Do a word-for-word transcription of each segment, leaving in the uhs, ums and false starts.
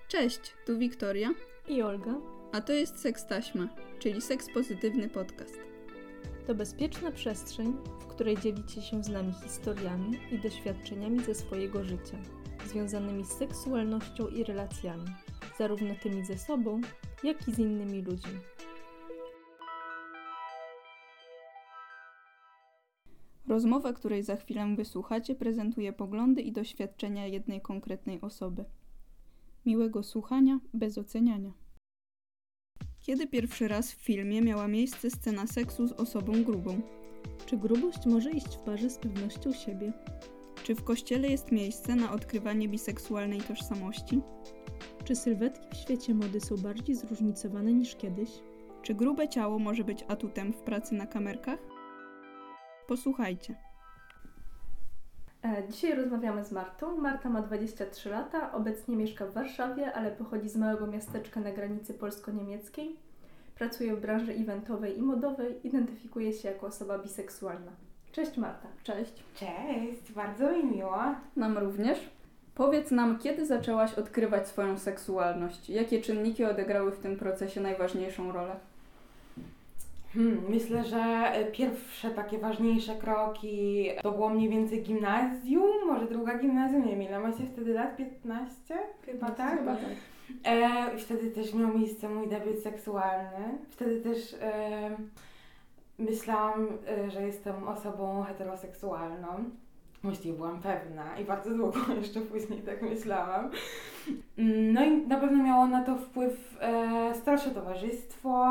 Cześć, tu Wiktoria i Olga, a to jest Seks Taśma, czyli seks pozytywny podcast. To bezpieczna przestrzeń, w której dzielicie się z nami historiami i doświadczeniami ze swojego życia, związanymi z seksualnością i relacjami, zarówno tymi ze sobą, jak i z innymi ludźmi. Rozmowa, której za chwilę wysłuchacie, prezentuje poglądy i doświadczenia jednej konkretnej osoby. Miłego słuchania, bez oceniania. Kiedy pierwszy raz w filmie miała miejsce scena seksu z osobą grubą? Czy grubość może iść w parze z pewnością siebie? Czy w kościele jest miejsce na odkrywanie biseksualnej tożsamości? Czy sylwetki w świecie mody są bardziej zróżnicowane niż kiedyś? Czy grube ciało może być atutem w pracy na kamerkach? Posłuchajcie. Dzisiaj rozmawiamy z Martą. Marta ma dwadzieścia trzy lata, obecnie mieszka w Warszawie, ale pochodzi z małego miasteczka na granicy polsko-niemieckiej. Pracuje w branży eventowej i modowej, identyfikuje się jako osoba biseksualna. Cześć Marta. Cześć. Cześć, bardzo mi miło. Nam również. Powiedz nam, kiedy zaczęłaś odkrywać swoją seksualność? Jakie czynniki odegrały w tym procesie najważniejszą rolę? Hmm, myślę, że pierwsze takie ważniejsze kroki to było mniej więcej gimnazjum, może druga gimnazjum, nie wiem ile macie wtedy lat? piętnaście? Chyba tak? Chyba tak. E, wtedy też miał miejsce mój debiut seksualny. Wtedy też e, myślałam, e, że jestem osobą heteroseksualną. Właściwie byłam pewna i bardzo długo jeszcze później tak myślałam. No i na pewno miało na to wpływ e, starsze towarzystwo,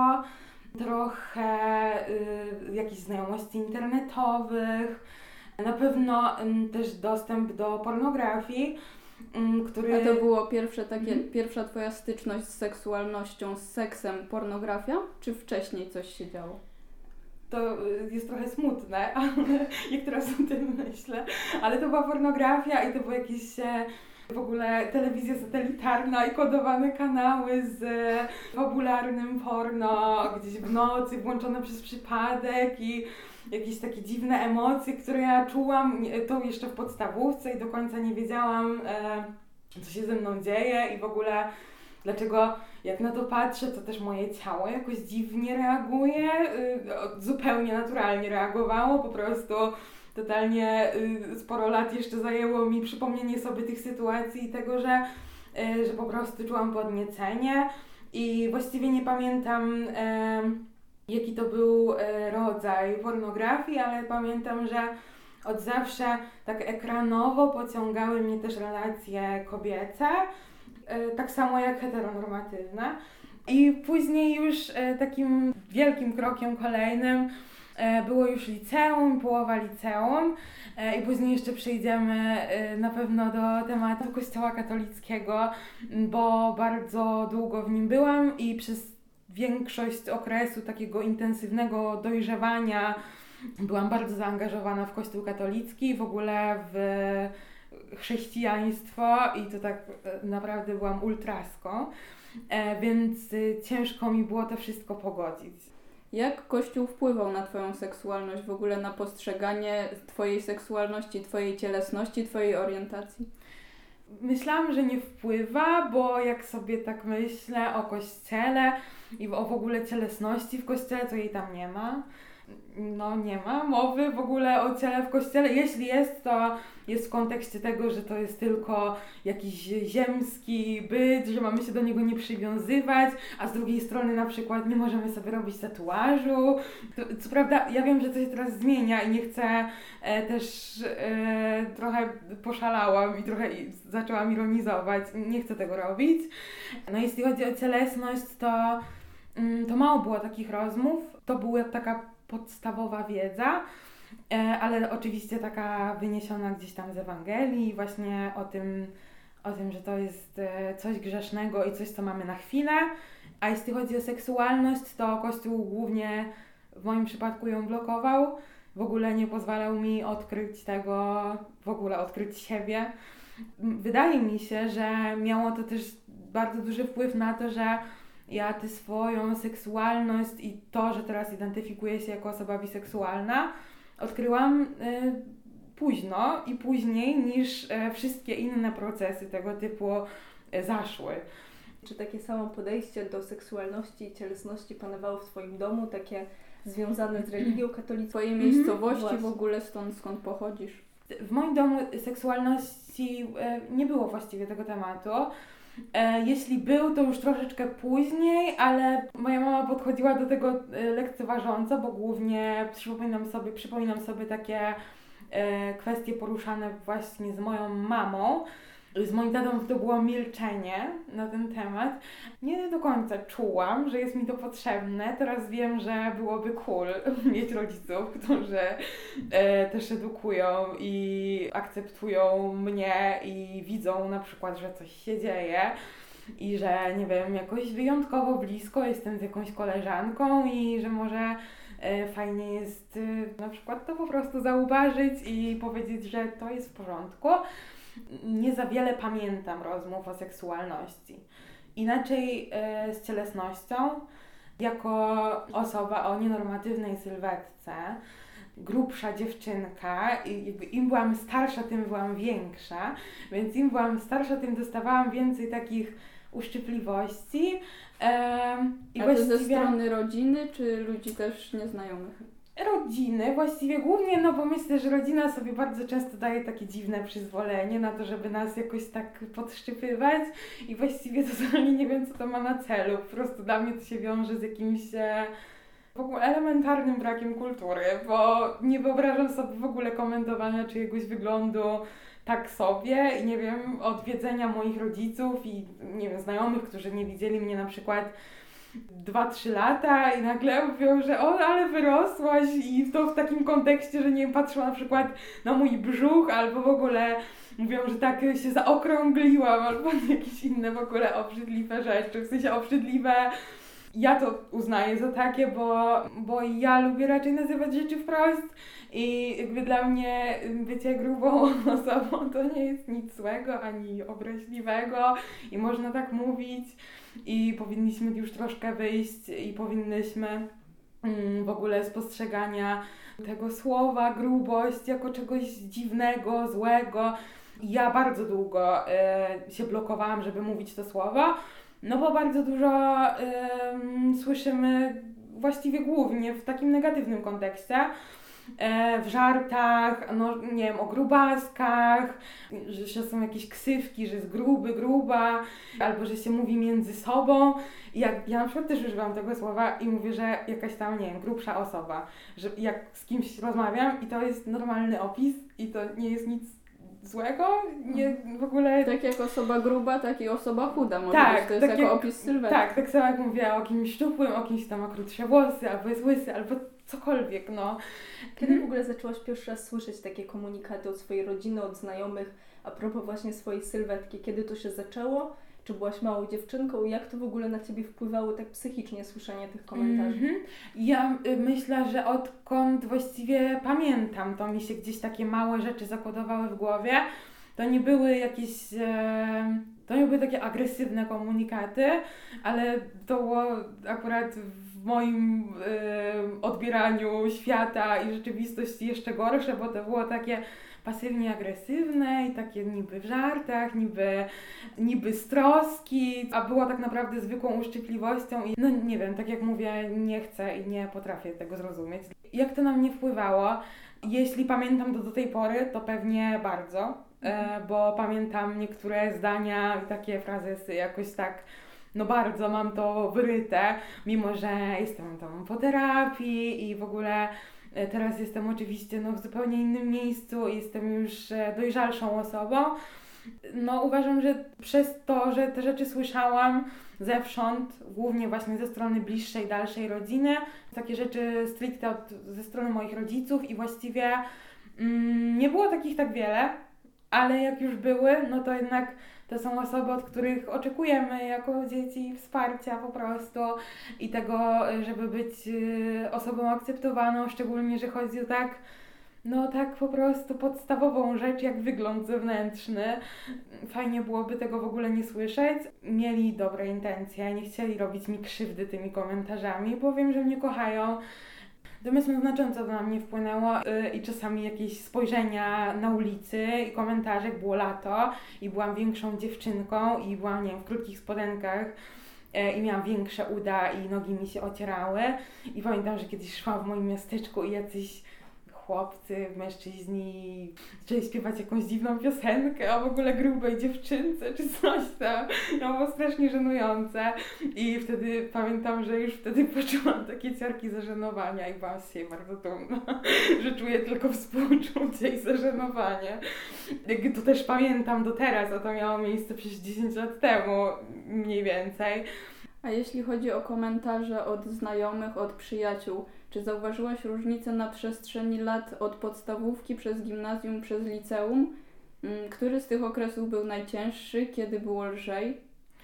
trochę y, jakichś znajomości internetowych, na pewno y, też dostęp do pornografii, y, który... A to było pierwsze takie, mm. pierwsza twoja styczność z seksualnością, z seksem, pornografia? Czy wcześniej coś się działo? To jest trochę smutne, ale jak teraz o tym myślę, ale to była pornografia i to były jakieś e, w ogóle telewizja satelitarna i kodowane kanały z fabularnym porno gdzieś w nocy, włączone przez przypadek i jakieś takie dziwne emocje, które ja czułam, to jeszcze w podstawówce i do końca nie wiedziałam, e, co się ze mną dzieje i w ogóle dlaczego jak na to patrzę, to też moje ciało jakoś dziwnie reaguje, y, zupełnie naturalnie reagowało, po prostu totalnie y, sporo lat jeszcze zajęło mi przypomnienie sobie tych sytuacji i tego, że, y, że po prostu czułam podniecenie i właściwie nie pamiętam y, jaki to był y, rodzaj pornografii, ale pamiętam, że od zawsze tak ekranowo pociągały mnie też relacje kobiece, tak samo jak heteronormatywne. I później już takim wielkim krokiem kolejnym było już liceum, połowa liceum i później jeszcze przejdziemy na pewno do tematu Kościoła katolickiego, bo bardzo długo w nim byłam i przez większość okresu takiego intensywnego dojrzewania byłam bardzo zaangażowana w Kościół katolicki, w ogóle w chrześcijaństwo i to tak naprawdę byłam ultraską, e, więc ciężko mi było to wszystko pogodzić. Jak Kościół wpływał na twoją seksualność, w ogóle na postrzeganie twojej seksualności, twojej cielesności, twojej orientacji? Myślałam, że nie wpływa, bo jak sobie tak myślę o Kościele i o w ogóle cielesności w Kościele, to jej tam nie ma. No nie ma mowy w ogóle o ciele w Kościele. Jeśli jest, to jest w kontekście tego, że to jest tylko jakiś ziemski byt, że mamy się do niego nie przywiązywać, a z drugiej strony na przykład nie możemy sobie robić tatuażu. To, co prawda ja wiem, że to się teraz zmienia i nie chcę e, też e, trochę poszalałam i trochę zaczęłam ironizować. Nie chcę tego robić. No jeśli chodzi o cielesność, to, mm, to mało było takich rozmów. To była taka podstawowa wiedza, ale oczywiście taka wyniesiona gdzieś tam z Ewangelii, właśnie o tym, o tym, że to jest coś grzesznego i coś, co mamy na chwilę. A jeśli chodzi o seksualność, to Kościół głównie w moim przypadku ją blokował. W ogóle nie pozwalał mi odkryć tego, w ogóle odkryć siebie. Wydaje mi się, że miało to też bardzo duży wpływ na to, że ja tę swoją seksualność i to, że teraz identyfikuję się jako osoba biseksualna, odkryłam y, późno i później niż y, wszystkie inne procesy tego typu y, zaszły. Czy takie samo podejście do seksualności i cielesności panowało w Twoim domu, takie związane z religią katolicką? Twojej miejscowości Właśnie. w ogóle, stąd skąd pochodzisz? W moim domu seksualności e, nie było właściwie tego tematu. E, jeśli był, to już troszeczkę później, ale moja mama podchodziła do tego e, lekceważąco, bo głównie przypominam sobie, przypominam sobie takie e, kwestie poruszane właśnie z moją mamą. Z moim tatą to było milczenie na ten temat. Nie do końca czułam, że jest mi to potrzebne. Teraz wiem, że byłoby cool mieć rodziców, którzy e, też edukują i akceptują mnie i widzą na przykład, że coś się dzieje i że, nie wiem, jakoś wyjątkowo blisko jestem z jakąś koleżanką i że może e, fajnie jest e, na przykład to po prostu zauważyć i powiedzieć, że to jest w porządku. Nie za wiele pamiętam rozmów o seksualności. Inaczej e, z cielesnością, jako osoba o nienormatywnej sylwetce, grubsza dziewczynka i jakby im byłam starsza, tym byłam większa, więc im byłam starsza, tym dostawałam więcej takich uszczypliwości. E, i A to właściwie... ze strony rodziny, czy ludzi też nieznajomych? Rodziny, właściwie głównie, no bo myślę, że rodzina sobie bardzo często daje takie dziwne przyzwolenie na to, żeby nas jakoś tak podszczypywać i właściwie totalnie nie wiem, co to ma na celu. Po prostu dla mnie to się wiąże z jakimś e, w ogóle elementarnym brakiem kultury, bo nie wyobrażam sobie w ogóle komentowania czyjegoś wyglądu tak sobie i nie wiem, odwiedzenia moich rodziców i nie wiem, znajomych, którzy nie widzieli mnie na przykład dwa trzy lata i nagle mówią, że o, ale wyrosłaś i to w takim kontekście, że nie wiem, patrzą na przykład na mój brzuch albo w ogóle mówią, że tak się zaokrągliłam albo jakieś inne w ogóle obrzydliwe rzeczy, w sensie obrzydliwe. Ja to uznaję za takie, bo, bo ja lubię raczej nazywać rzeczy wprost i jakby dla mnie bycie grubą osobą to nie jest nic złego ani obraźliwego i można tak mówić i powinniśmy już troszkę wyjść i powinnyśmy mm, w ogóle z postrzegania tego słowa grubość jako czegoś dziwnego, złego. Ja bardzo długo y, się blokowałam, żeby mówić to słowo. No bo bardzo dużo y, słyszymy właściwie głównie w takim negatywnym kontekście, y, w żartach, no nie wiem, o grubaskach, że, że są jakieś ksywki, że jest gruby, gruba, albo że się mówi między sobą. I jak, ja na przykład też używam tego słowa i mówię, że jakaś tam, nie wiem, grubsza osoba, że jak z kimś rozmawiam i to jest normalny opis i to nie jest nic złego, nie w ogóle... Tak jak osoba gruba, tak i osoba chuda może tak, być, to jest tak jako jak, opis sylwetki. Tak, tak samo jak mówię o kimś szczupłym, o kimś, kto ma krótsze włosy, albo jest łysy, albo cokolwiek, no. Kiedy hmm. w ogóle zaczęłaś pierwszy raz słyszeć takie komunikaty od swojej rodziny, od znajomych, a propos właśnie swojej sylwetki? Kiedy to się zaczęło? Czy byłaś małą dziewczynką? Jak to w ogóle na Ciebie wpływało tak psychicznie, słyszenie tych komentarzy? Mm-hmm. Ja y, myślę, że odkąd właściwie pamiętam, to mi się gdzieś takie małe rzeczy zakodowały w głowie. To nie były jakieś, e, to nie były takie agresywne komunikaty, ale to było akurat w moim e, odbieraniu świata i rzeczywistości jeszcze gorsze, bo to było takie pasywnie agresywne i takie niby w żartach, niby, niby z troski, a było tak naprawdę zwykłą uszczypliwością i no nie wiem, tak jak mówię, nie chcę i nie potrafię tego zrozumieć. Jak to na mnie wpływało? Jeśli pamiętam to do tej pory, to pewnie bardzo, e, bo pamiętam niektóre zdania i takie frazesy jakoś tak, no bardzo mam to wyryte, mimo że jestem tam po terapii i w ogóle teraz jestem oczywiście no, w zupełnie innym miejscu, jestem już dojrzalszą osobą. No uważam, że przez to, że te rzeczy słyszałam zewsząd, głównie właśnie ze strony bliższej, dalszej rodziny, takie rzeczy stricte od, ze strony moich rodziców i właściwie mm, nie było takich tak wiele, ale jak już były, no to jednak to są osoby, od których oczekujemy jako dzieci wsparcia po prostu i tego, żeby być osobą akceptowaną, szczególnie, że chodzi o tak, no tak po prostu podstawową rzecz jak wygląd zewnętrzny. Fajnie byłoby tego w ogóle nie słyszeć. Mieli dobre intencje, nie chcieli robić mi krzywdy tymi komentarzami, bo wiem, że mnie kochają. Natomiast no, znacząco to na mnie wpłynęło yy, i czasami jakieś spojrzenia na ulicy i komentarze, jak było lato i byłam większą dziewczynką i byłam, nie wiem, w krótkich spodenkach yy, i miałam większe uda i nogi mi się ocierały i pamiętam, że kiedyś szłam w moim miasteczku i jacyś chłopcy, mężczyźni zaczęli śpiewać jakąś dziwną piosenkę o w ogóle grubej dziewczynce czy coś tam. No było strasznie żenujące i wtedy pamiętam, że już wtedy poczułam takie ciarki zażenowania i byłam z siebie bardzo dumna, że czuję tylko współczucie i zażenowanie. To też pamiętam do teraz, a to miało miejsce przecież dziesięć lat temu mniej więcej. A jeśli chodzi o komentarze od znajomych, od przyjaciół, czy zauważyłaś różnicę na przestrzeni lat od podstawówki przez gimnazjum, przez liceum? Który z tych okresów był najcięższy? Kiedy było lżej?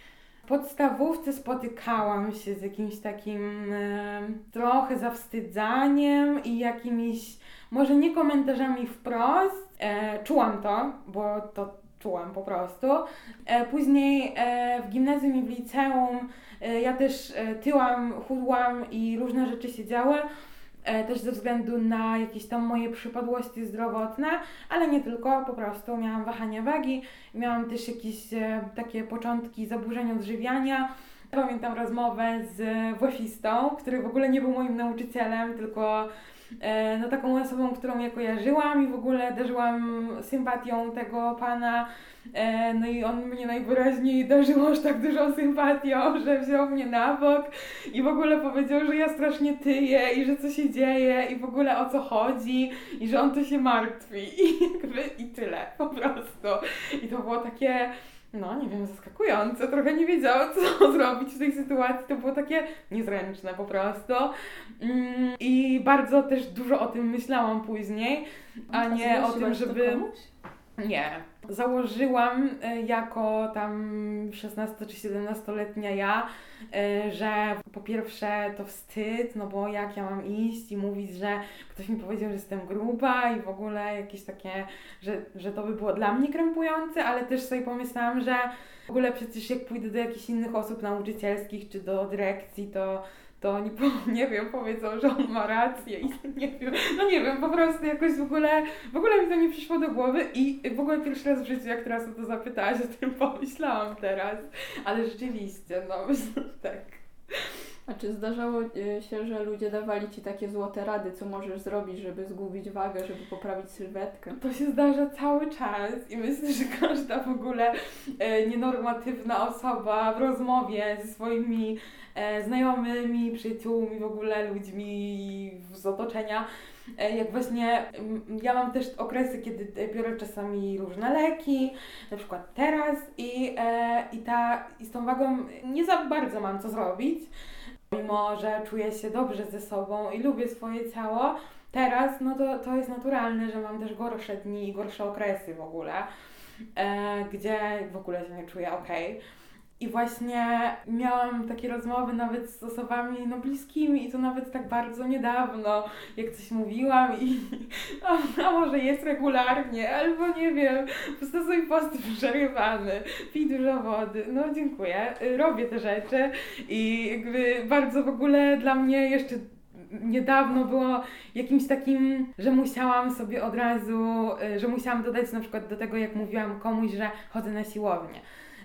W podstawówce spotykałam się z jakimś takim e, trochę zawstydzaniem i jakimiś, może nie komentarzami wprost. E, czułam to, bo to czułam po prostu. E, później e, w gimnazjum i w liceum e, ja też e, tyłam, chudłam i różne rzeczy się działy. E, też ze względu na jakieś tam moje przypadłości zdrowotne, ale nie tylko, po prostu miałam wahania wagi, miałam też jakieś e, takie początki zaburzeń odżywiania. Pamiętam rozmowę z WF-istą, który w ogóle nie był moim nauczycielem, tylko e, no, taką osobą, którą ja kojarzyłam i w ogóle darzyłam sympatią tego pana. E, no i on mnie najwyraźniej darzył aż tak dużą sympatią, że wziął mnie na bok i w ogóle powiedział, że ja strasznie tyję i że co się dzieje i w ogóle o co chodzi i że on to się martwi i jakby i tyle po prostu. I to było takie, no nie wiem, zaskakujące, trochę nie wiedziałam co zrobić w tej sytuacji, to było takie niezręczne po prostu. Mm, I bardzo też dużo o tym myślałam później, a nie o tym, żeby... Nie. Założyłam jako tam szesnasto czy siedemnastoletnia ja, że po pierwsze to wstyd, no bo jak ja mam iść i mówić, że ktoś mi powiedział, że jestem gruba i w ogóle jakieś takie, że, że to by było dla mnie krępujące, ale też sobie pomyślałam, że w ogóle przecież jak pójdę do jakichś innych osób nauczycielskich czy do dyrekcji, to to nie, nie wiem, powiedzą, że on ma rację i nie wiem, no nie wiem, po prostu jakoś w ogóle, w ogóle mi to nie przyszło do głowy i w ogóle pierwszy raz w życiu, jak teraz o to zapytałaś, o tym pomyślałam teraz, ale rzeczywiście, no tak. A czy zdarzało się, że ludzie dawali Ci takie złote rady, co możesz zrobić, żeby zgubić wagę, żeby poprawić sylwetkę? To się zdarza cały czas i myślę, że każda w ogóle e, nienormatywna osoba w rozmowie ze swoimi e, znajomymi, przyjaciółmi, w ogóle ludźmi z otoczenia, e, jak właśnie m, ja mam też okresy, kiedy biorę czasami różne leki, na przykład teraz i, e, i, ta, i z tą wagą nie za bardzo mam co zrobić. Mimo że czuję się dobrze ze sobą i lubię swoje ciało, teraz no to, to jest naturalne, że mam też gorsze dni i gorsze okresy w ogóle, e, gdzie w ogóle się nie czuję okej. I właśnie miałam takie rozmowy nawet z osobami no, bliskimi i to nawet tak bardzo niedawno, jak coś mówiłam i a, a może jest regularnie, albo nie wiem, stosuj post przerywany, pij dużo wody, no dziękuję, robię te rzeczy i jakby bardzo w ogóle dla mnie jeszcze niedawno było jakimś takim, że musiałam sobie od razu, że musiałam dodać na przykład do tego, jak mówiłam komuś, że chodzę na siłownię.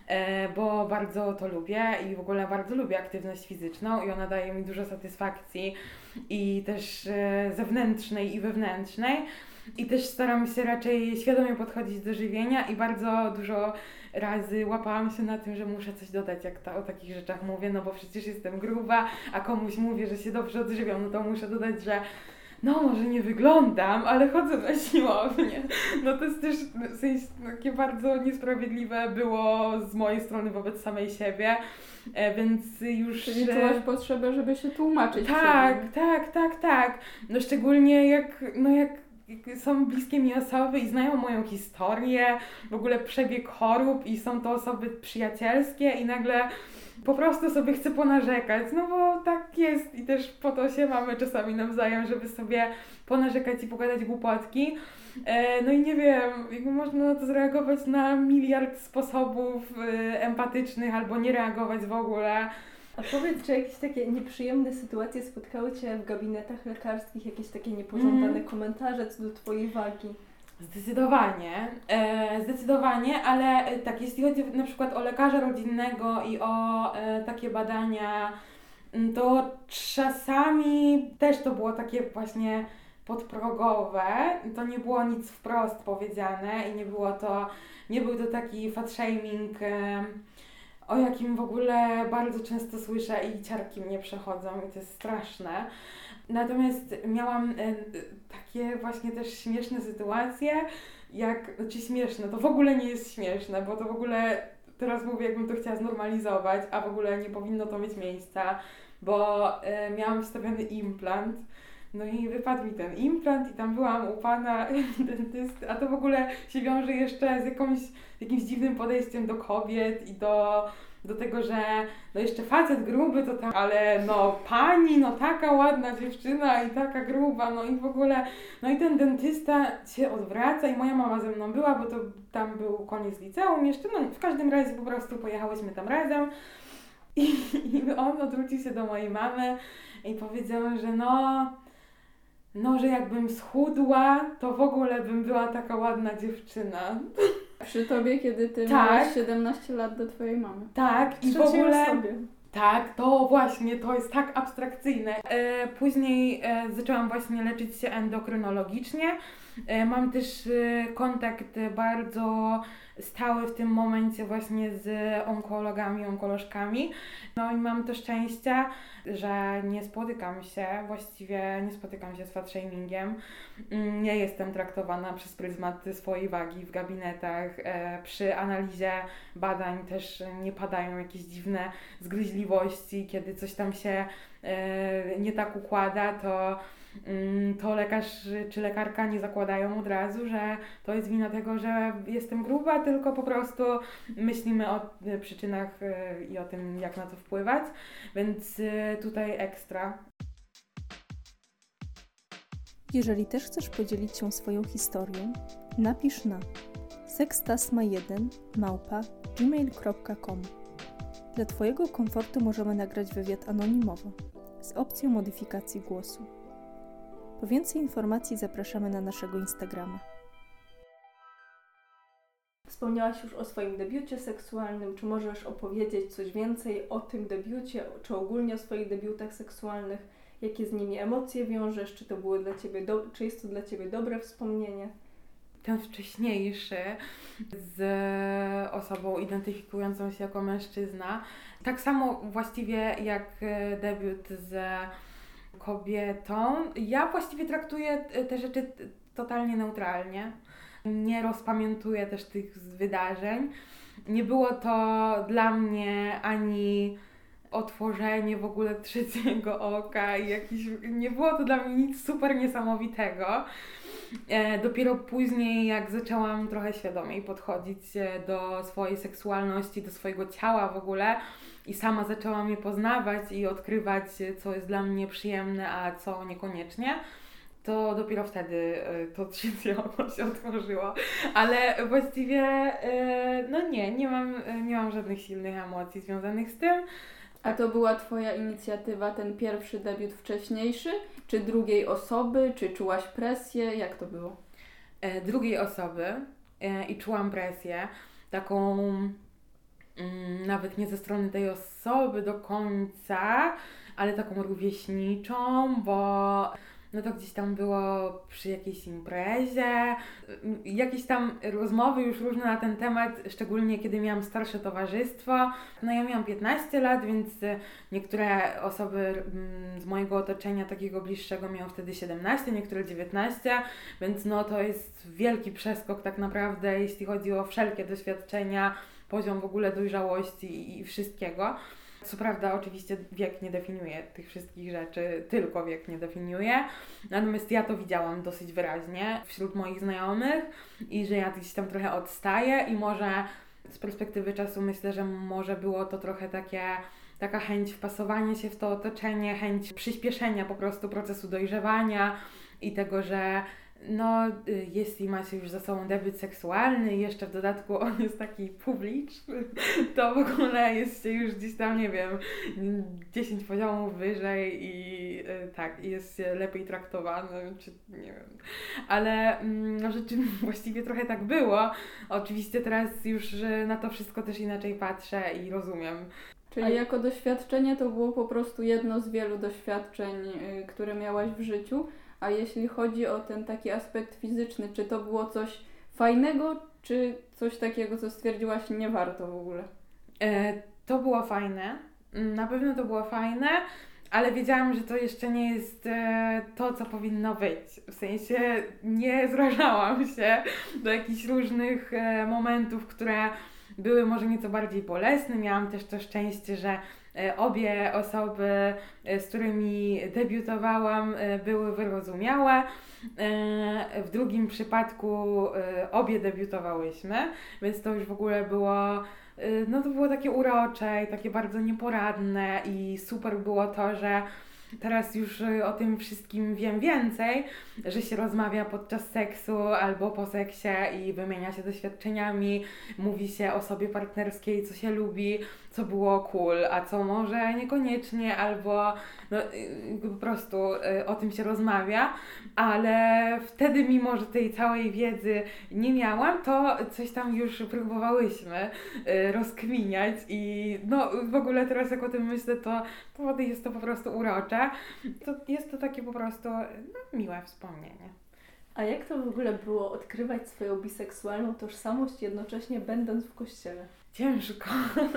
Bo bardzo to lubię i w ogóle bardzo lubię aktywność fizyczną i ona daje mi dużo satysfakcji i też zewnętrznej i wewnętrznej i też staram się raczej świadomie podchodzić do żywienia i bardzo dużo razy łapałam się na tym, że muszę coś dodać, jak ta, o takich rzeczach mówię, no bo przecież jestem gruba, a komuś mówię, że się dobrze odżywiam, no to muszę dodać, że no może nie wyglądam, ale chodzę na siłownię. No to jest też w sensie takie bardzo niesprawiedliwe było z mojej strony wobec samej siebie, e, więc już... Czyli czułaś potrzebę, żeby się tłumaczyć. Tak, tak, tak, tak. No szczególnie jak, no jak są bliskie mi osoby i znają moją historię, w ogóle przebieg chorób i są to osoby przyjacielskie i nagle po prostu sobie chcę ponarzekać, no bo tak jest i też po to się mamy czasami nawzajem, żeby sobie ponarzekać i pogadać głupotki. E, no i nie wiem, jakby można na to zareagować na miliard sposobów e, empatycznych albo nie reagować w ogóle. A powiedz, czy jakieś takie nieprzyjemne sytuacje spotkały Cię w gabinetach lekarskich? Jakieś takie niepożądane mm. komentarze co do Twojej wagi? Zdecydowanie, e, zdecydowanie, ale tak, jeśli chodzi na przykład o lekarza rodzinnego i o e, takie badania, to czasami też to było takie właśnie podprogowe, to nie było nic wprost powiedziane i nie było to, nie był to taki fat shaming, e, o jakim w ogóle bardzo często słyszę i ciarki mnie przechodzą i to jest straszne. Natomiast miałam e, takie właśnie też śmieszne sytuacje, jak, znaczy śmieszne, to w ogóle nie jest śmieszne, bo to w ogóle, teraz mówię jakbym to chciała znormalizować, a w ogóle nie powinno to mieć miejsca, bo e, miałam wstawiony implant, no i wypadł mi ten implant i tam byłam u pana dentysty, a to w ogóle się wiąże jeszcze z jakąś, jakimś dziwnym podejściem do kobiet i do do tego, że no jeszcze facet gruby to tak, ale no pani, no taka ładna dziewczyna i taka gruba, no i w ogóle, no i ten dentysta się odwraca i moja mama ze mną była, bo to tam był koniec liceum jeszcze, no w każdym razie po prostu pojechałyśmy tam razem i, i on odwrócił się do mojej mamy i powiedział, że no, no, że jakbym schudła, to w ogóle bym była taka ładna dziewczyna. Przy tobie, kiedy ty tak. miałaś siedemnaście lat do twojej mamy. Tak, i w ogóle... Sobie. Tak, to właśnie, to jest tak abstrakcyjne. E, później e, zaczęłam właśnie leczyć się endokrynologicznie. E, mam też e, kontakt bardzo stały w tym momencie właśnie z onkologami, onkolożkami. No i mam to szczęście, że nie spotykam się, właściwie nie spotykam się z fat shamingiem. Nie jestem traktowana przez pryzmat swojej wagi w gabinetach. E, przy analizie badań też nie padają jakieś dziwne zgryźliwości, kiedy coś tam się e, nie tak układa, to to lekarz czy lekarka nie zakładają od razu, że to jest wina tego, że jestem gruba, tylko po prostu myślimy o przyczynach i o tym, jak na to wpływać, więc tutaj ekstra. Jeżeli też chcesz podzielić się swoją historią, napisz na sekstasma jeden małpa gmail kropka com. Dla Twojego komfortu możemy nagrać wywiad anonimowo z opcją modyfikacji głosu. Po więcej informacji zapraszamy na naszego Instagrama. Wspomniałaś już o swoim debiucie seksualnym. Czy możesz opowiedzieć coś więcej o tym debiucie, czy ogólnie o swoich debiutach seksualnych? Jakie z nimi emocje wiążesz? Czy to było dla ciebie do... czy jest to dla ciebie dobre wspomnienie? Ten wcześniejszy z osobą identyfikującą się jako mężczyzna. Tak samo właściwie jak debiut z kobietą. Ja właściwie traktuję te rzeczy totalnie neutralnie. Nie rozpamiętuję też tych wydarzeń. Nie było to dla mnie ani otworzenie w ogóle trzeciego oka i jakiś, nie było to dla mnie nic super niesamowitego. E, dopiero później, jak zaczęłam trochę świadomiej podchodzić do swojej seksualności, do swojego ciała w ogóle i sama zaczęłam je poznawać i odkrywać, co jest dla mnie przyjemne, a co niekoniecznie, to dopiero wtedy to trzecie oko się otworzyło. Ale właściwie no nie, nie mam, nie mam żadnych silnych emocji związanych z tym. A to była Twoja inicjatywa, ten pierwszy debiut wcześniejszy? Czy drugiej osoby? Czy czułaś presję? Jak to było? E, drugiej osoby e, i czułam presję, taką mm, nawet nie ze strony tej osoby do końca, ale taką rówieśniczą, bo no to gdzieś tam było przy jakiejś imprezie, jakieś tam rozmowy już różne na ten temat, szczególnie kiedy miałam starsze towarzystwo. No ja miałam piętnaście lat, więc niektóre osoby z mojego otoczenia takiego bliższego miały wtedy siedemnaście, niektóre dziewiętnaście, więc no to jest wielki przeskok tak naprawdę, jeśli chodzi o wszelkie doświadczenia, poziom w ogóle dojrzałości i wszystkiego. Co prawda oczywiście wiek nie definiuje tych wszystkich rzeczy, tylko wiek nie definiuje, natomiast ja to widziałam dosyć wyraźnie wśród moich znajomych i że ja gdzieś tam trochę odstaję i może z perspektywy czasu myślę, że może było to trochę takie, taka chęć wpasowania się w to otoczenie, chęć przyspieszenia po prostu procesu dojrzewania i tego, że no y, jeśli macie już za sobą debiut seksualny i jeszcze w dodatku on jest taki publiczny, to w ogóle jest się już gdzieś tam, nie wiem, dziesięć poziomów wyżej i y, tak, jest się lepiej traktowany, czy nie wiem. Ale no, rzeczywiście właściwie trochę tak było. Oczywiście teraz już na to wszystko też inaczej patrzę i rozumiem. Czyli A... jako doświadczenie to było po prostu jedno z wielu doświadczeń, yy, które miałaś w życiu. A jeśli chodzi o ten taki aspekt fizyczny, czy to było coś fajnego, czy coś takiego, co stwierdziłaś, nie warto w ogóle? E, to było fajne. Na pewno to było fajne, ale wiedziałam, że to jeszcze nie jest e, to, co powinno być. W sensie nie zrażałam się do jakichś różnych e, momentów, które były może nieco bardziej bolesne. Miałam też to szczęście, że obie osoby, z którymi debiutowałam, były wyrozumiałe. W drugim przypadku obie debiutowałyśmy, więc to już w ogóle było, no to było takie urocze i takie bardzo nieporadne i super było to, że teraz już o tym wszystkim wiem więcej, że się rozmawia podczas seksu albo po seksie i wymienia się doświadczeniami, mówi się o sobie partnerskiej, co się lubi, co było cool, a co może niekoniecznie, albo no, po prostu o tym się rozmawia, ale wtedy, mimo że tej całej wiedzy nie miałam, to coś tam już próbowałyśmy rozkminiać i no w ogóle teraz jak o tym myślę, to, to jest to po prostu urocze. To jest to takie po prostu no, miłe wspomnienie. A jak to w ogóle było odkrywać swoją biseksualną tożsamość, jednocześnie będąc w kościele? Ciężko.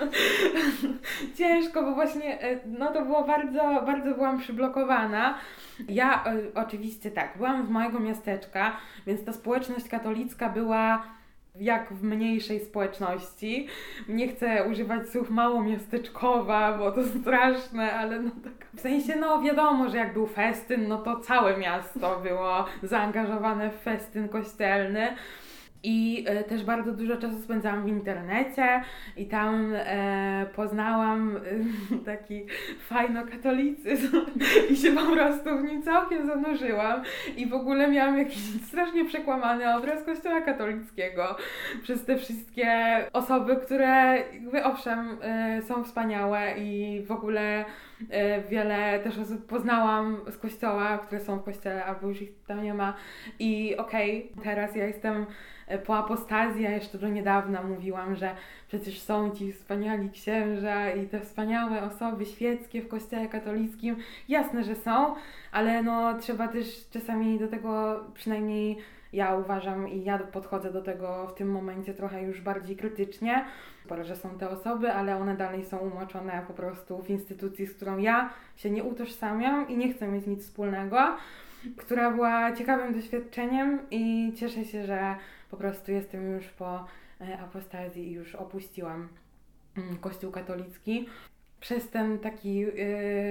Ciężko, bo właśnie no to było bardzo, bardzo byłam przyblokowana. Ja y, oczywiście tak, byłam w małego miasteczka, więc ta społeczność katolicka była jak w mniejszej społeczności. Nie chcę używać słów małomiasteczkowa, bo to straszne, ale no tak. W sensie, no wiadomo, że jak był festyn, no to całe miasto było zaangażowane w festyn kościelny. I e, też bardzo dużo czasu spędzałam w internecie i tam e, poznałam e, taki fajno-katolicyzm i się po prostu w nim całkiem zanurzyłam i w ogóle miałam jakiś strasznie przekłamany obraz kościoła katolickiego przez te wszystkie osoby, które jakby owszem e, są wspaniałe i w ogóle e, wiele też osób poznałam z kościoła, które są w kościele albo już ich tam nie ma i okej, okay, teraz ja jestem po apostazji, a jeszcze do niedawna mówiłam, że przecież są ci wspaniali księża i te wspaniałe osoby świeckie w kościele katolickim. Jasne, że są, ale no trzeba też czasami do tego, przynajmniej ja uważam i ja podchodzę do tego w tym momencie trochę już bardziej krytycznie, że są te osoby, ale one dalej są umoczone po prostu w instytucji, z którą ja się nie utożsamiam i nie chcę mieć nic wspólnego, która była ciekawym doświadczeniem i cieszę się, że po prostu jestem już po apostazji i już opuściłam Kościół katolicki. Przez ten taki y,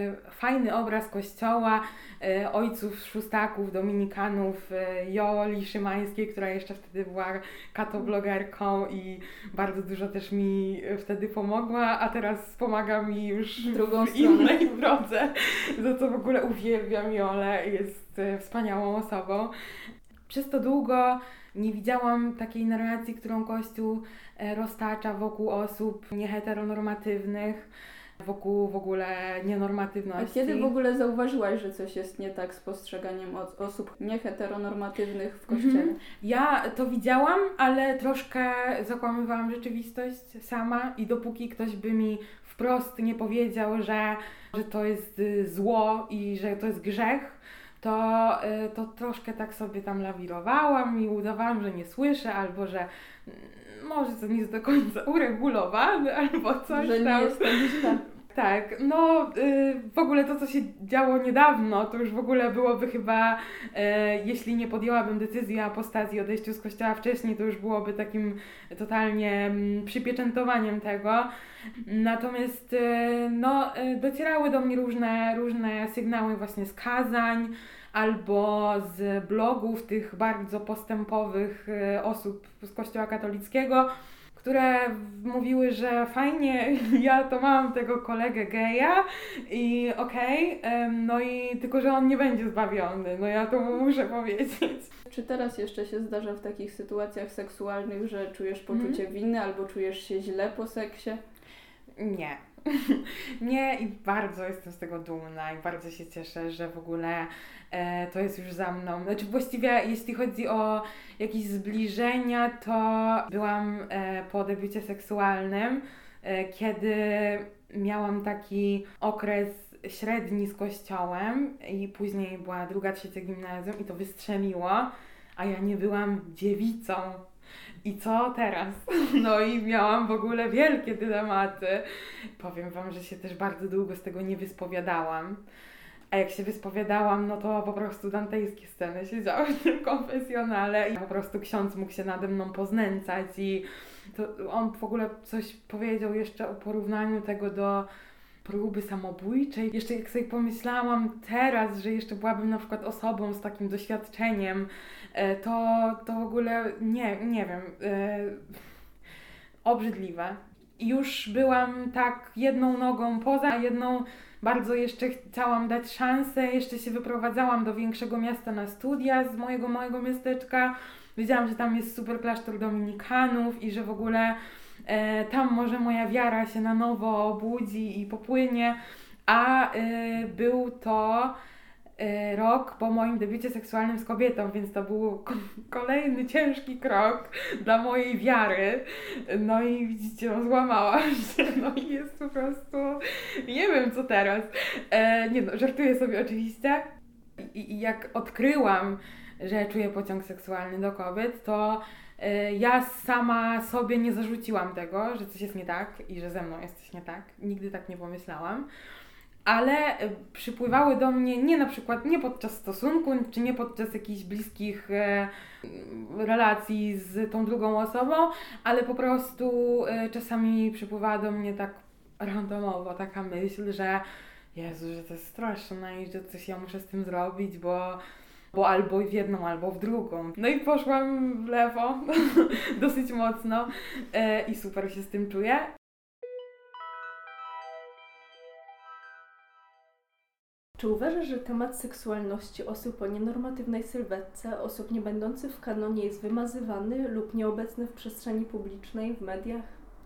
fajny obraz kościoła, y, ojców szóstaków, dominikanów, y, Joli Szymańskiej, która jeszcze wtedy była katoblogerką i bardzo dużo też mi wtedy pomogła, a teraz pomaga mi już w, drugą w innej drodze, za co w ogóle uwielbiam Jolę, jest y, wspaniałą osobą. Przez to długo nie widziałam takiej narracji, którą Kościół roztacza wokół osób nieheteronormatywnych, wokół w ogóle nienormatywności. A kiedy w ogóle zauważyłaś, że coś jest nie tak z postrzeganiem od osób nieheteronormatywnych w Kościele? Mhm. Ja to widziałam, ale troszkę zakłamywałam rzeczywistość sama i dopóki ktoś by mi wprost nie powiedział, że, że to jest zło i że to jest grzech, to, to troszkę tak sobie tam lawirowałam i udawałam, że nie słyszę, albo że może to nie jest do końca uregulowane, albo coś że tam. Nie jest tak źle. Tak, no y, w ogóle to, co się działo niedawno, to już w ogóle byłoby chyba, y, jeśli nie podjęłabym decyzji o apostazji, odejściu z kościoła wcześniej, to już byłoby takim totalnie mm, przypieczętowaniem tego. Natomiast y, no, y, docierały do mnie różne, różne sygnały właśnie z kazań, albo z blogów tych bardzo postępowych y, osób z Kościoła katolickiego, które mówiły, że fajnie, ja to mam tego kolegę geja i okej, okay, no i tylko, że on nie będzie zbawiony, no ja to mu muszę powiedzieć. Czy teraz jeszcze się zdarza w takich sytuacjach seksualnych, że czujesz poczucie mm. winy albo czujesz się źle po seksie? Nie. Nie i bardzo jestem z tego dumna i bardzo się cieszę, że w ogóle e, to jest już za mną. Znaczy właściwie jeśli chodzi o jakieś zbliżenia, to byłam e, po debiucie seksualnym, e, kiedy miałam taki okres średni z kościołem i później była druga, trzecia gimnazjum i to wystrzeliło, a ja nie byłam dziewicą. I co teraz? No i miałam w ogóle wielkie dylematy. Powiem Wam, że się też bardzo długo z tego nie wyspowiadałam. A jak się wyspowiadałam, no to po prostu dantejskie sceny siedziały w tym konfesjonale i po prostu ksiądz mógł się nade mną poznęcać i to on w ogóle coś powiedział jeszcze o porównaniu tego do próby samobójczej. Jeszcze jak sobie pomyślałam teraz, że jeszcze byłabym na przykład osobą z takim doświadczeniem, to, to w ogóle nie, nie wiem, yy, obrzydliwe. Już byłam tak jedną nogą poza, a jedną bardzo jeszcze chciałam dać szansę, jeszcze się wyprowadzałam do większego miasta na studia z mojego małego miasteczka. Wiedziałam, że tam jest super klasztor dominikanów i że w ogóle e, tam może moja wiara się na nowo obudzi i popłynie, a e, był to e, rok po moim debiucie seksualnym z kobietą, więc to był ko- kolejny ciężki krok dla mojej wiary. No i widzicie, no, złamałam się, no i jest po prostu, nie wiem co teraz. E, nie no, żartuję sobie oczywiście. I, I jak odkryłam, że czuję pociąg seksualny do kobiet, to y, ja sama sobie nie zarzuciłam tego, że coś jest nie tak i że ze mną jest coś nie tak. Nigdy tak nie pomyślałam. Ale y, przypływały do mnie nie na przykład, nie podczas stosunku, czy nie podczas jakichś bliskich y, relacji z tą drugą osobą, ale po prostu y, czasami przypływała do mnie tak randomowo taka myśl, że Jezu, że to jest straszne i że coś ja muszę z tym zrobić, bo bo albo w jedną, albo w drugą. No i poszłam w lewo dosyć mocno e, i super się z tym czuję. Czy uważasz, że temat seksualności osób o nienormatywnej sylwetce, osób nie będących w kanonie jest wymazywany lub nieobecny w przestrzeni publicznej, w mediach?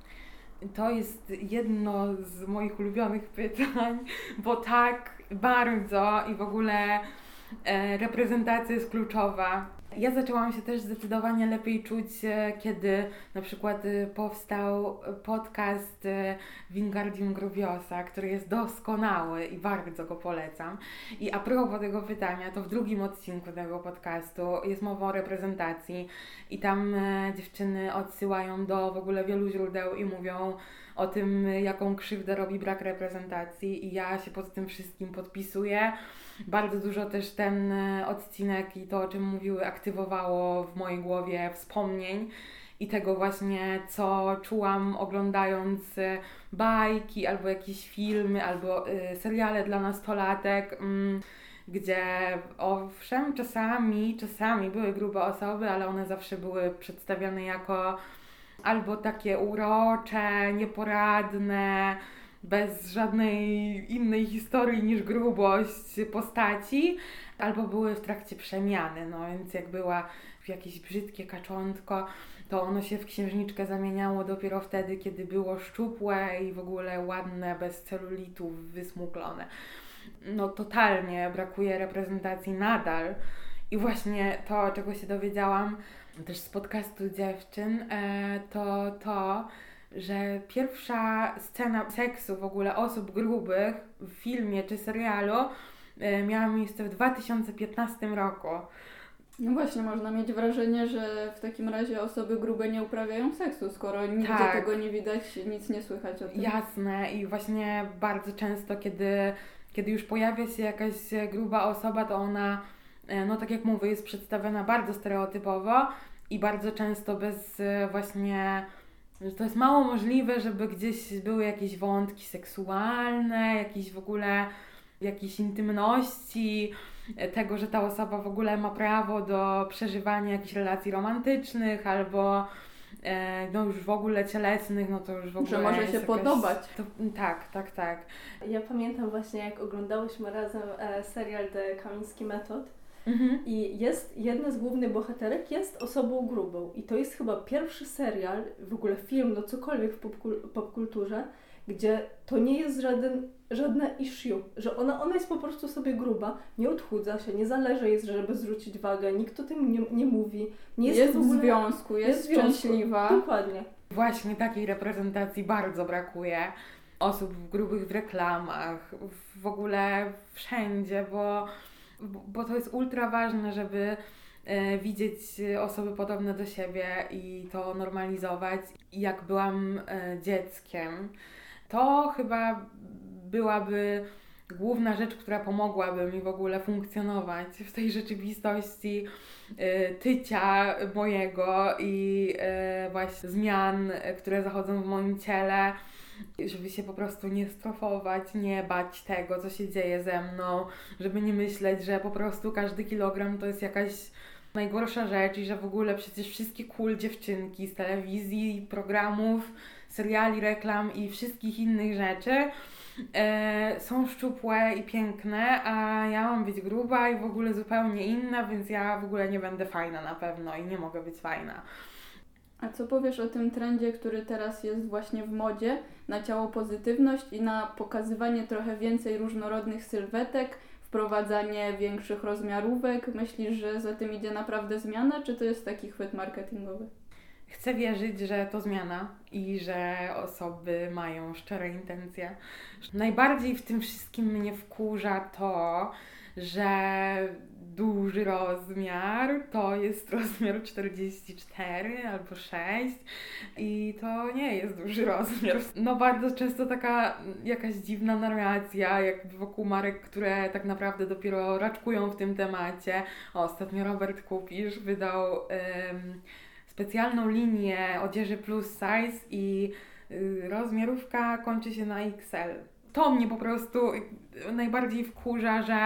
To jest jedno z moich ulubionych pytań, bo tak bardzo i w ogóle E, reprezentacja jest kluczowa. Ja zaczęłam się też zdecydowanie lepiej czuć, e, kiedy na przykład e, powstał podcast e, Wingardium Grubiosa, który jest doskonały i bardzo go polecam. I a propos tego pytania, to w drugim odcinku tego podcastu jest mowa o reprezentacji i tam e, dziewczyny odsyłają do w ogóle wielu źródeł i mówią o tym, jaką krzywdę robi brak reprezentacji i ja się pod tym wszystkim podpisuję. Bardzo dużo też ten odcinek i to, o czym mówiły, aktywowało w mojej głowie wspomnień i tego właśnie, co czułam oglądając bajki albo jakieś filmy, albo y, seriale dla nastolatek, y, gdzie owszem, czasami, czasami były grube osoby, ale one zawsze były przedstawiane jako albo takie urocze, nieporadne, bez żadnej innej historii niż grubość postaci, albo były w trakcie przemiany, no więc jak była jakieś brzydkie kaczątko, to ono się w księżniczkę zamieniało dopiero wtedy, kiedy było szczupłe i w ogóle ładne, bez celulitów, wysmuklone. No totalnie brakuje reprezentacji nadal i właśnie to, czego się dowiedziałam też z podcastu dziewczyn, to to, że pierwsza scena seksu w ogóle osób grubych w filmie czy serialu miała miejsce w dwa tysiące piętnastym roku. No właśnie, można mieć wrażenie, że w takim razie osoby grube nie uprawiają seksu, skoro nigdzie tak. tego nie widać, nic nie słychać o tym. Jasne i właśnie bardzo często, kiedy, kiedy już pojawia się jakaś gruba osoba, to ona, no tak jak mówię, jest przedstawiona bardzo stereotypowo i bardzo często bez właśnie, że to jest mało możliwe, żeby gdzieś były jakieś wątki seksualne, jakieś w ogóle jakiejś intymności, tego, że ta osoba w ogóle ma prawo do przeżywania jakichś relacji romantycznych albo no już w ogóle cielesnych, no to już w ogóle że może się jakaś... podobać. To, tak, tak, tak. Ja pamiętam właśnie, jak oglądałyśmy razem e, serial The Kamiński Method Mhm. i jest, jedna z głównych bohaterek jest osobą grubą i to jest chyba pierwszy serial, w ogóle film, no cokolwiek w popkul- popkulturze, gdzie to nie jest żaden, żadne issue, że ona, ona jest po prostu sobie gruba, nie odchudza się, nie zależy jej, żeby zwrócić wagę, nikt o tym nie, nie mówi. Nie jest Jest w, w ogóle, związku, jest, jest w związku. szczęśliwa. Dokładnie. Właśnie takiej reprezentacji bardzo brakuje. Osób grubych w reklamach, w ogóle wszędzie, bo, bo to jest ultra ważne, żeby e, widzieć osoby podobne do siebie i to normalizować. I jak byłam e, dzieckiem, to chyba byłaby główna rzecz, która pomogłaby mi w ogóle funkcjonować w tej rzeczywistości y, tycia mojego i y, właśnie zmian, które zachodzą w moim ciele, żeby się po prostu nie strofować, nie bać tego, co się dzieje ze mną, żeby nie myśleć, że po prostu każdy kilogram to jest jakaś najgorsza rzecz i że w ogóle przecież wszystkie cool dziewczynki z telewizji, programów, seriali, reklam i wszystkich innych rzeczy e, są szczupłe i piękne, a ja mam być gruba i w ogóle zupełnie inna, więc ja w ogóle nie będę fajna na pewno i nie mogę być fajna. A co powiesz o tym trendzie, który teraz jest właśnie w modzie, na ciało pozytywność i na pokazywanie trochę więcej różnorodnych sylwetek, wprowadzanie większych rozmiarówek? Myślisz, że za tym idzie naprawdę zmiana, czy to jest taki chwyt marketingowy? Chcę wierzyć, że to zmiana i że osoby mają szczere intencje. Najbardziej w tym wszystkim mnie wkurza to, że duży rozmiar to jest rozmiar czterdzieści cztery albo sześć i to nie jest duży rozmiar. No bardzo często taka jakaś dziwna narracja jakby wokół marek, które tak naprawdę dopiero raczkują w tym temacie. O, ostatnio Robert Kupisz wydał um, specjalną linię odzieży plus size i y, rozmiarówka kończy się na X L. To mnie po prostu najbardziej wkurza, że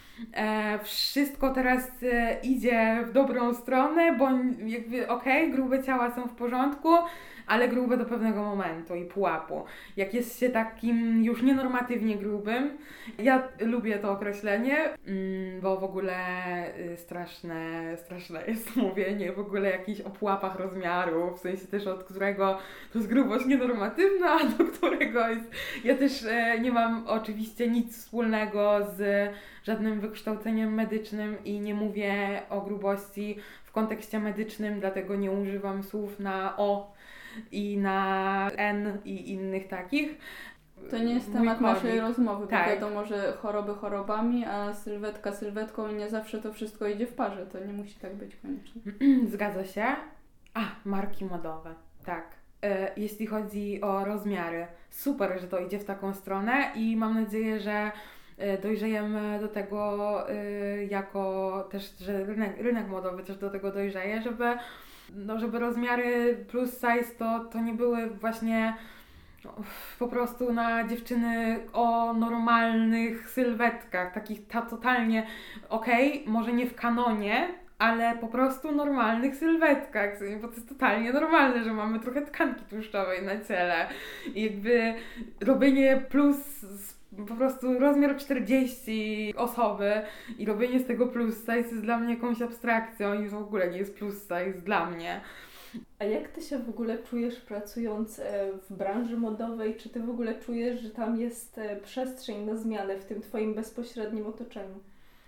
e, wszystko teraz e, idzie w dobrą stronę, bo jakby okej, okay, grube ciała są w porządku, ale grube do pewnego momentu i pułapu. Jak jest się takim już nienormatywnie grubym, ja lubię to określenie, bo w ogóle straszne, straszne jest mówienie w ogóle jakichś o pułapach rozmiaru, w sensie też od którego to jest grubość nienormatywna, a do którego jest... Ja też nie mam oczywiście nic wspólnego z żadnym wykształceniem medycznym i nie mówię o grubości w kontekście medycznym, dlatego nie używam słów na o i na N i innych takich. To nie jest Mój temat konik. naszej rozmowy, bo tak. wiadomo, że choroby chorobami, a sylwetka sylwetką i nie zawsze to wszystko idzie w parze. To nie musi tak być koniecznie. Zgadza się. A, marki modowe. Tak. E, jeśli chodzi o rozmiary, super, że to idzie w taką stronę i mam nadzieję, że dojrzejemy do tego y, jako też, że rynek, rynek modowy też do tego dojrzeje, żeby, no, żeby rozmiary plus size to, to nie były właśnie no, po prostu na dziewczyny o normalnych sylwetkach, takich ta, totalnie okej, okay, może nie w kanonie, ale po prostu normalnych sylwetkach, bo to jest totalnie normalne, że mamy trochę tkanki tłuszczowej na ciele i jakby robienie plus po prostu rozmiar czterdzieści osoby i robienie z tego plus size jest dla mnie jakąś abstrakcją i w ogóle nie jest plus size dla mnie. A jak Ty się w ogóle czujesz pracując w branży modowej? Czy Ty w ogóle czujesz, że tam jest przestrzeń na zmianę w tym Twoim bezpośrednim otoczeniu?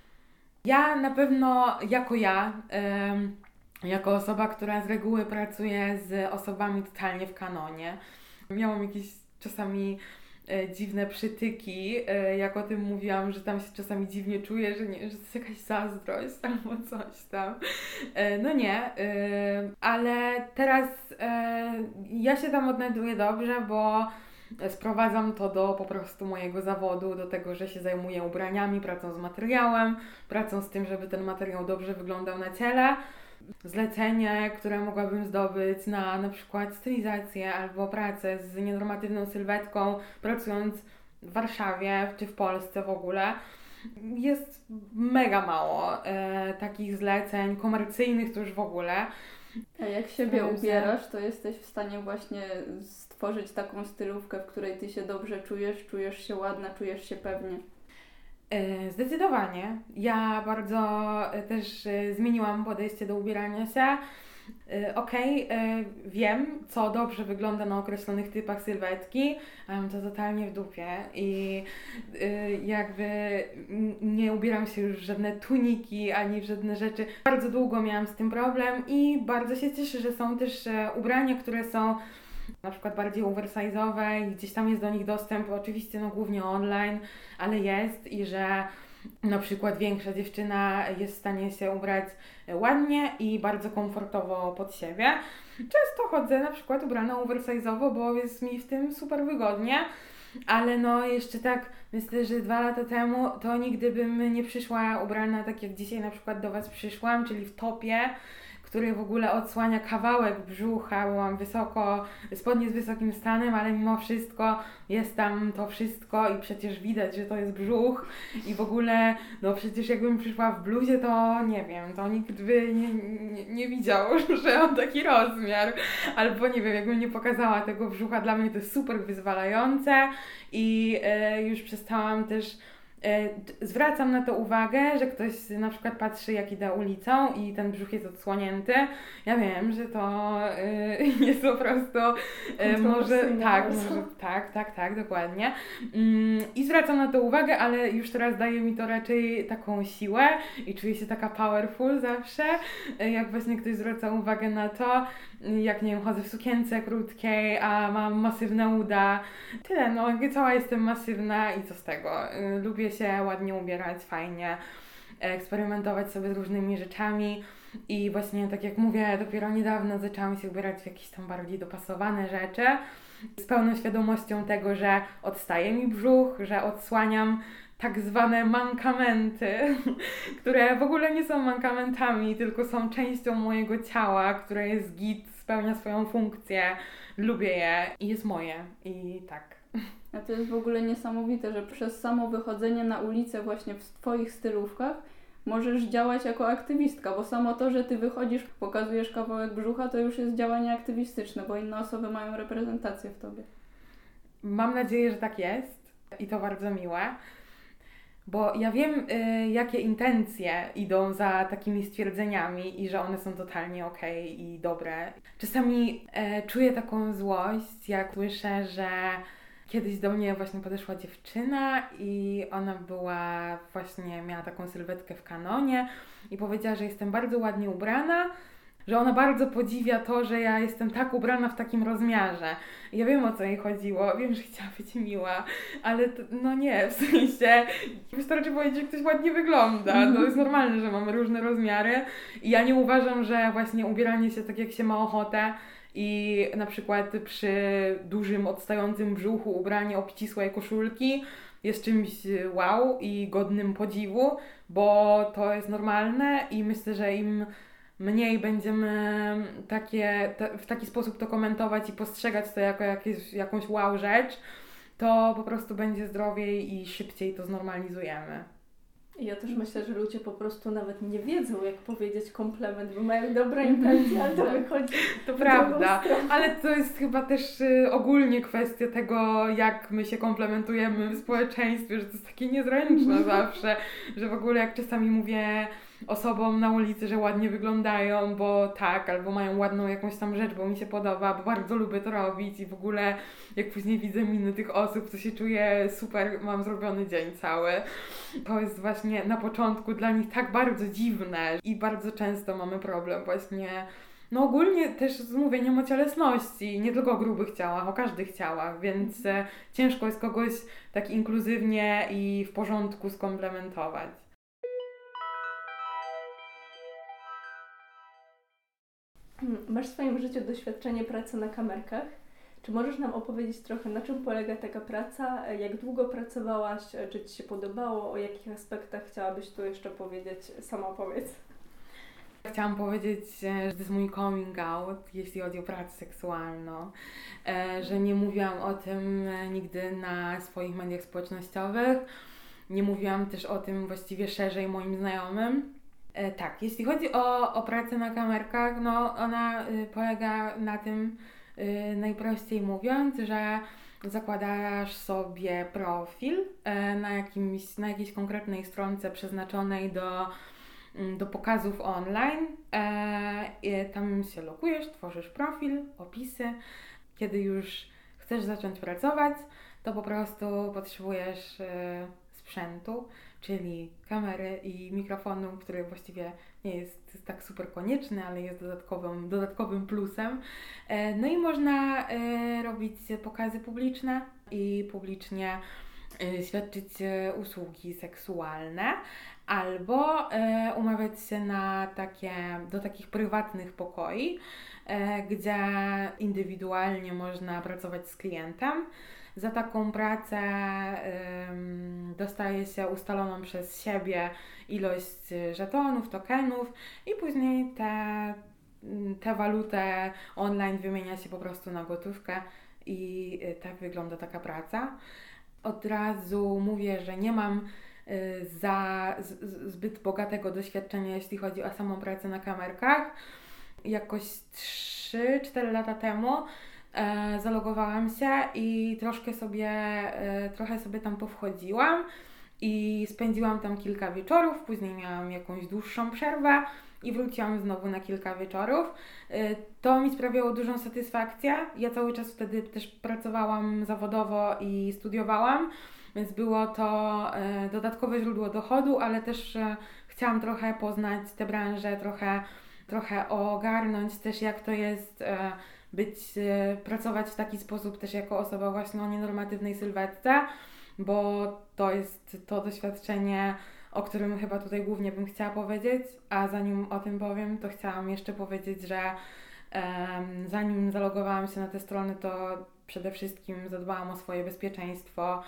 Ja na pewno jako ja, jako osoba, która z reguły pracuje z osobami totalnie w kanonie, miałam jakieś czasami dziwne przytyki, jak o tym mówiłam, że tam się czasami dziwnie czuję, że, nie, że to jest jakaś zazdrość albo coś tam. No nie, ale teraz ja się tam odnajduję dobrze, bo sprowadzam to do po prostu mojego zawodu, do tego, że się zajmuję ubraniami, pracą z materiałem, pracą z tym, żeby ten materiał dobrze wyglądał na ciele. Zlecenie, które mogłabym zdobyć na na przykład stylizację albo pracę z nienormatywną sylwetką, pracując w Warszawie czy w Polsce w ogóle. Jest mega mało e, takich zleceń komercyjnych, to już w ogóle. A jak siebie ubierasz, to jesteś w stanie właśnie stworzyć taką stylówkę, w której ty się dobrze czujesz, czujesz się ładna, czujesz się pewnie. Zdecydowanie. Ja bardzo też zmieniłam podejście do ubierania się. Okej, okay, wiem, co dobrze wygląda na określonych typach sylwetki, a mam to totalnie w dupie i jakby nie ubieram się już w żadne tuniki, ani w żadne rzeczy. Bardzo długo miałam z tym problem i bardzo się cieszę, że są też ubrania, które są na przykład bardziej oversize'owe i gdzieś tam jest do nich dostęp, oczywiście no głównie online, ale jest i że na przykład większa dziewczyna jest w stanie się ubrać ładnie i bardzo komfortowo pod siebie. Często chodzę na przykład ubrana oversize'owo, bo jest mi w tym super wygodnie, ale no jeszcze tak myślę, że dwa lata temu to nigdy bym nie przyszła ubrana tak jak dzisiaj na przykład do Was przyszłam, czyli w topie, który w ogóle odsłania kawałek brzucha, bo mam wysoko, spodnie z wysokim stanem, ale mimo wszystko jest tam to wszystko i przecież widać, że to jest brzuch i w ogóle, no przecież jakbym przyszła w bluzie, to nie wiem, to nikt by nie, nie, nie widział, że mam taki rozmiar, albo nie wiem, jakbym nie pokazała tego brzucha, dla mnie to jest super wyzwalające i e, już przestałam też zwracam na to uwagę, że ktoś na przykład patrzy, jak idę ulicą i ten brzuch jest odsłonięty. Ja wiem, że to y, jest po prostu y, może tak, może, tak, tak, tak, dokładnie. Ym, I zwracam na to uwagę, ale już teraz daje mi to raczej taką siłę i czuję się taka powerful zawsze, y, jak właśnie ktoś zwraca uwagę na to, y, jak nie wiem, chodzę w sukience krótkiej, a mam masywne uda. Tyle, no jakby cała jestem masywna i co z tego. Y, lubię się ładnie ubierać, fajnie, eksperymentować sobie z różnymi rzeczami i właśnie tak jak mówię, dopiero niedawno zaczęłam się ubierać w jakieś tam bardziej dopasowane rzeczy z pełną świadomością tego, że odstaje mi brzuch, że odsłaniam tak zwane mankamenty, które w ogóle nie są mankamentami, tylko są częścią mojego ciała, które jest git, spełnia swoją funkcję, lubię je i jest moje i tak. A to jest w ogóle niesamowite, że przez samo wychodzenie na ulicę właśnie w Twoich stylówkach możesz działać jako aktywistka, bo samo to, że Ty wychodzisz, pokazujesz kawałek brzucha, to już jest działanie aktywistyczne, bo inne osoby mają reprezentację w Tobie. Mam nadzieję, że tak jest i to bardzo miłe, bo ja wiem, y, jakie intencje idą za takimi stwierdzeniami i że one są totalnie okej okay i dobre. Czasami y, czuję taką złość, jak słyszę, że kiedyś do mnie właśnie podeszła dziewczyna i ona była właśnie, miała taką sylwetkę w kanonie i powiedziała, że jestem bardzo ładnie ubrana, że ona bardzo podziwia to, że ja jestem tak ubrana w takim rozmiarze. I ja wiem, o co jej chodziło, wiem, że chciała być miła, ale to, no nie, w sensie wystarczy powiedzieć, że ktoś ładnie wygląda. To jest normalne, że mamy różne rozmiary i ja nie uważam, że właśnie ubieranie się tak, jak się ma ochotę, i na przykład przy dużym, odstającym brzuchu ubranie obcisłej koszulki jest czymś wow i godnym podziwu, bo to jest normalne i myślę, że im mniej będziemy takie, te, w taki sposób to komentować i postrzegać to jako jakieś, jakąś wow rzecz, to po prostu będzie zdrowiej i szybciej to znormalizujemy. Ja też myślę, że ludzie po prostu nawet nie wiedzą, jak powiedzieć komplement, bo mają dobre intencje, ale to wychodzi. To prawda, ale to jest chyba też y, ogólnie kwestia tego, jak my się komplementujemy w społeczeństwie, że to jest takie niezręczne zawsze, że w ogóle jak czasami mówię osobom na ulicy, że ładnie wyglądają, bo tak, albo mają ładną jakąś tam rzecz, bo mi się podoba, bo bardzo lubię to robić i w ogóle jak później widzę miny tych osób, to się czuję super, mam zrobiony dzień cały. To jest właśnie na początku dla nich tak bardzo dziwne i bardzo często mamy problem właśnie, no ogólnie też z mówieniem o cielesności, nie tylko o grubych ciałach, o każdych ciałach, więc e, ciężko jest kogoś tak inkluzywnie i w porządku skomplementować. Masz w swoim życiu doświadczenie pracy na kamerkach. Czy możesz nam opowiedzieć trochę, na czym polega taka praca, jak długo pracowałaś, czy Ci się podobało, o jakich aspektach chciałabyś tu jeszcze powiedzieć? Sama powiedz. Chciałam powiedzieć, że to jest mój coming out, jeśli chodzi o pracę seksualną, że nie mówiłam o tym nigdy na swoich mediach społecznościowych, nie mówiłam też o tym właściwie szerzej moim znajomym. E, tak, jeśli chodzi o, o pracę na kamerkach, no ona y, polega na tym, y, najprościej mówiąc, że zakładasz sobie profil e, na, jakimś, na jakiejś konkretnej stronce przeznaczonej do, do pokazów online. E, i tam się logujesz, tworzysz profil, opisy. Kiedy już chcesz zacząć pracować, to po prostu potrzebujesz e, sprzętu, czyli kamery i mikrofonu, który właściwie nie jest tak super konieczny, ale jest dodatkowym, dodatkowym plusem. No i można robić pokazy publiczne i publicznie świadczyć usługi seksualne, albo umawiać się na takie, do takich prywatnych pokoi, gdzie indywidualnie można pracować z klientem. Za taką pracę ym, dostaje się ustaloną przez siebie ilość żetonów, tokenów i później te, tę walutę online wymienia się po prostu na gotówkę i tak wygląda taka praca. Od razu mówię, że nie mam y, za z, zbyt bogatego doświadczenia, jeśli chodzi o samą pracę na kamerkach. Jakoś trzy cztery lata temu E, zalogowałam się i troszkę sobie, e, trochę sobie tam powchodziłam i spędziłam tam kilka wieczorów, później miałam jakąś dłuższą przerwę i wróciłam znowu na kilka wieczorów. E, to mi sprawiało dużą satysfakcję. Ja cały czas wtedy też pracowałam zawodowo i studiowałam, więc było to e, dodatkowe źródło dochodu, ale też e, chciałam trochę poznać tę branżę, trochę, trochę ogarnąć też jak to jest e, być, pracować w taki sposób też jako osoba właśnie o nienormatywnej sylwetce, bo to jest to doświadczenie, o którym chyba tutaj głównie bym chciała powiedzieć, a zanim o tym powiem, to chciałam jeszcze powiedzieć, że um, zanim zalogowałam się na te strony, to przede wszystkim zadbałam o swoje bezpieczeństwo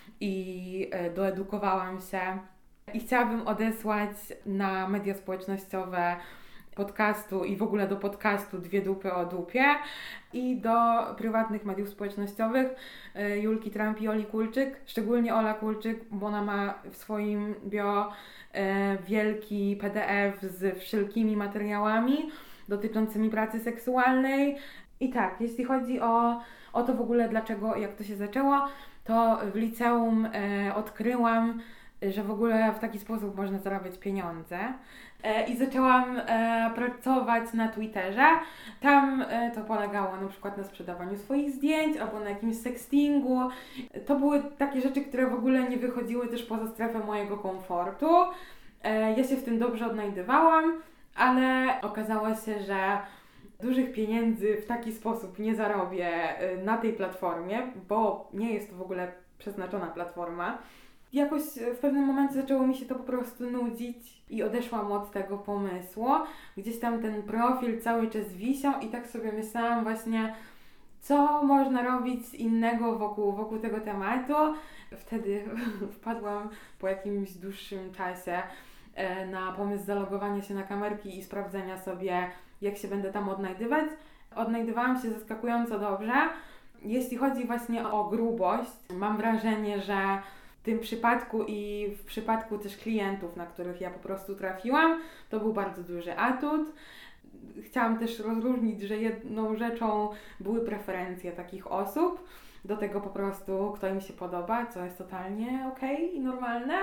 i e, doedukowałam się i chciałabym odesłać na media społecznościowe podcastu i w ogóle do podcastu Dwie Dupy o Dupie i do prywatnych mediów społecznościowych Julki Trump i Oli Kulczyk, szczególnie Ola Kulczyk, bo ona ma w swoim bio e, wielki P D F z wszelkimi materiałami dotyczącymi pracy seksualnej. I tak, jeśli chodzi o, o to w ogóle dlaczego, jak to się zaczęło, to w liceum e, odkryłam, że w ogóle w taki sposób można zarabiać pieniądze. E, I zaczęłam e, pracować na Twitterze. Tam e, to polegało na przykład na sprzedawaniu swoich zdjęć albo na jakimś sextingu. To były takie rzeczy, które w ogóle nie wychodziły też poza strefę mojego komfortu. E, ja się w tym dobrze odnajdywałam, ale okazało się, że dużych pieniędzy w taki sposób nie zarobię na tej platformie, bo nie jest to w ogóle przeznaczona platforma. Jakoś w pewnym momencie zaczęło mi się to po prostu nudzić i odeszłam od tego pomysłu. Gdzieś tam ten profil cały czas wisiał i tak sobie myślałam właśnie, co można robić innego wokół, wokół tego tematu. Wtedy wpadłam po jakimś dłuższym czasie na pomysł zalogowania się na kamerki i sprawdzenia sobie, jak się będę tam odnajdywać. Odnajdywałam się zaskakująco dobrze. Jeśli chodzi właśnie o grubość, mam wrażenie, że w tym przypadku i w przypadku też klientów, na których ja po prostu trafiłam, to był bardzo duży atut. Chciałam też rozróżnić, że jedną rzeczą były preferencje takich osób, do tego po prostu kto im się podoba, co jest totalnie okej okay i normalne,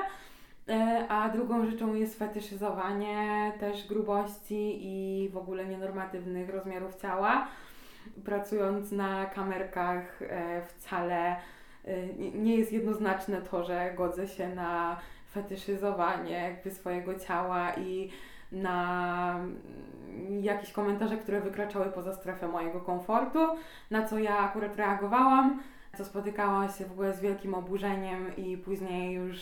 a drugą rzeczą jest fetyszyzowanie też grubości i w ogóle nienormatywnych rozmiarów ciała. Pracując na kamerkach wcale nie jest jednoznaczne to, że godzę się na fetyszyzowanie jakby swojego ciała i na jakieś komentarze, które wykraczały poza strefę mojego komfortu, na co ja akurat reagowałam, co spotykało się w ogóle z wielkim oburzeniem i później już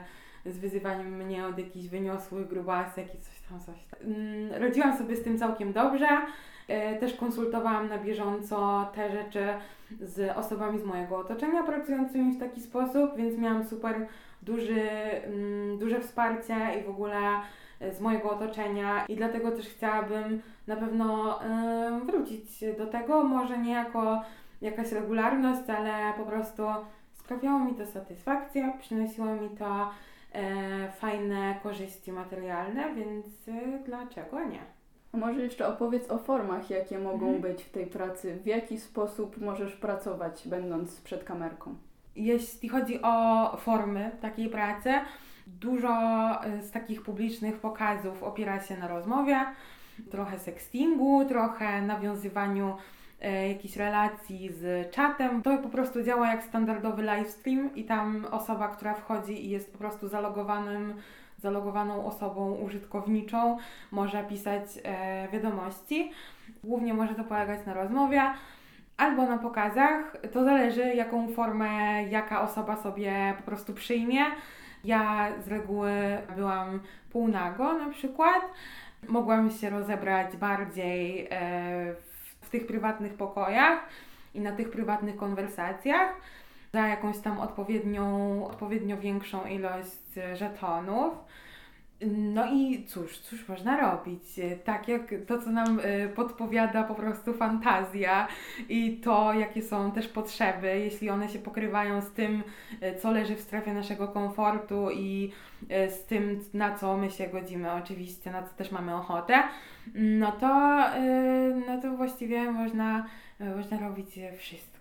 z wyzywaniem mnie od jakichś wyniosłych grubasek i coś tam, coś tam. Radziłam sobie z tym całkiem dobrze. Też konsultowałam na bieżąco te rzeczy z osobami z mojego otoczenia pracującymi w taki sposób, więc miałam super duży, duże wsparcie i w ogóle z mojego otoczenia i dlatego też chciałabym na pewno wrócić do tego, może nie jako jakaś regularność, ale po prostu sprawiało mi to satysfakcję, przynosiło mi to e, fajne korzyści materialne, więc e, dlaczego nie? A może jeszcze opowiedz o formach, jakie mogą Mhm. być w tej pracy. W jaki sposób możesz pracować, będąc przed kamerką? Jeśli chodzi o formy takiej pracy, dużo z takich publicznych pokazów opiera się na rozmowie, trochę sextingu, trochę nawiązywaniu e, jakichś relacji z czatem. To po prostu działa jak standardowy livestream i tam osoba, która wchodzi i jest po prostu zalogowanym, zalogowaną osobą użytkowniczą, może pisać e, wiadomości. Głównie może to polegać na rozmowie albo na pokazach. To zależy, jaką formę jaka osoba sobie po prostu przyjmie. Ja z reguły byłam półnago na przykład. Mogłam się rozebrać bardziej e, w, w tych prywatnych pokojach i na tych prywatnych konwersacjach za jakąś tam odpowiednią, odpowiednio większą ilość żetonów. No i cóż, cóż można robić? Tak jak to, co nam y, podpowiada po prostu fantazja i to, jakie są też potrzeby, jeśli one się pokrywają z tym, y, co leży w strefie naszego komfortu i y, z tym, na co my się godzimy, oczywiście, na co też mamy ochotę, no to, y, no to właściwie można, y, można robić wszystko.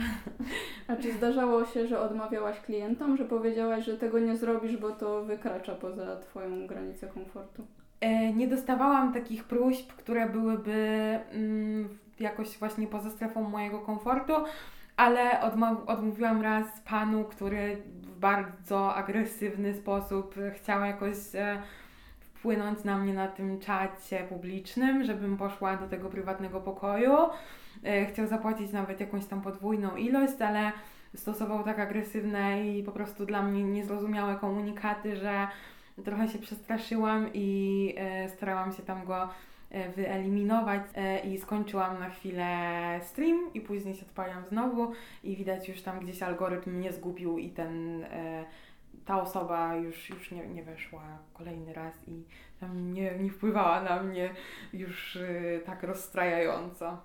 A czy zdarzało się, że odmawiałaś klientom, że powiedziałaś, że tego nie zrobisz, bo to wykracza poza Twoją granicę komfortu? E, nie dostawałam takich próśb, które byłyby mm, jakoś właśnie poza strefą mojego komfortu, ale odma- odmówiłam raz panu, który w bardzo agresywny sposób chciał jakoś e, wpłynąć na mnie na tym czacie publicznym, żebym poszła do tego prywatnego pokoju. Chciał zapłacić nawet jakąś tam podwójną ilość, ale stosował tak agresywne i po prostu dla mnie niezrozumiałe komunikaty, że trochę się przestraszyłam i e, starałam się tam go e, wyeliminować e, i skończyłam na chwilę stream i później się odpaliłam znowu i widać już tam gdzieś algorytm mnie zgubił i ten, e, ta osoba już, już nie, nie weszła kolejny raz i tam nie, nie wpływała na mnie już e, tak rozstrajająco.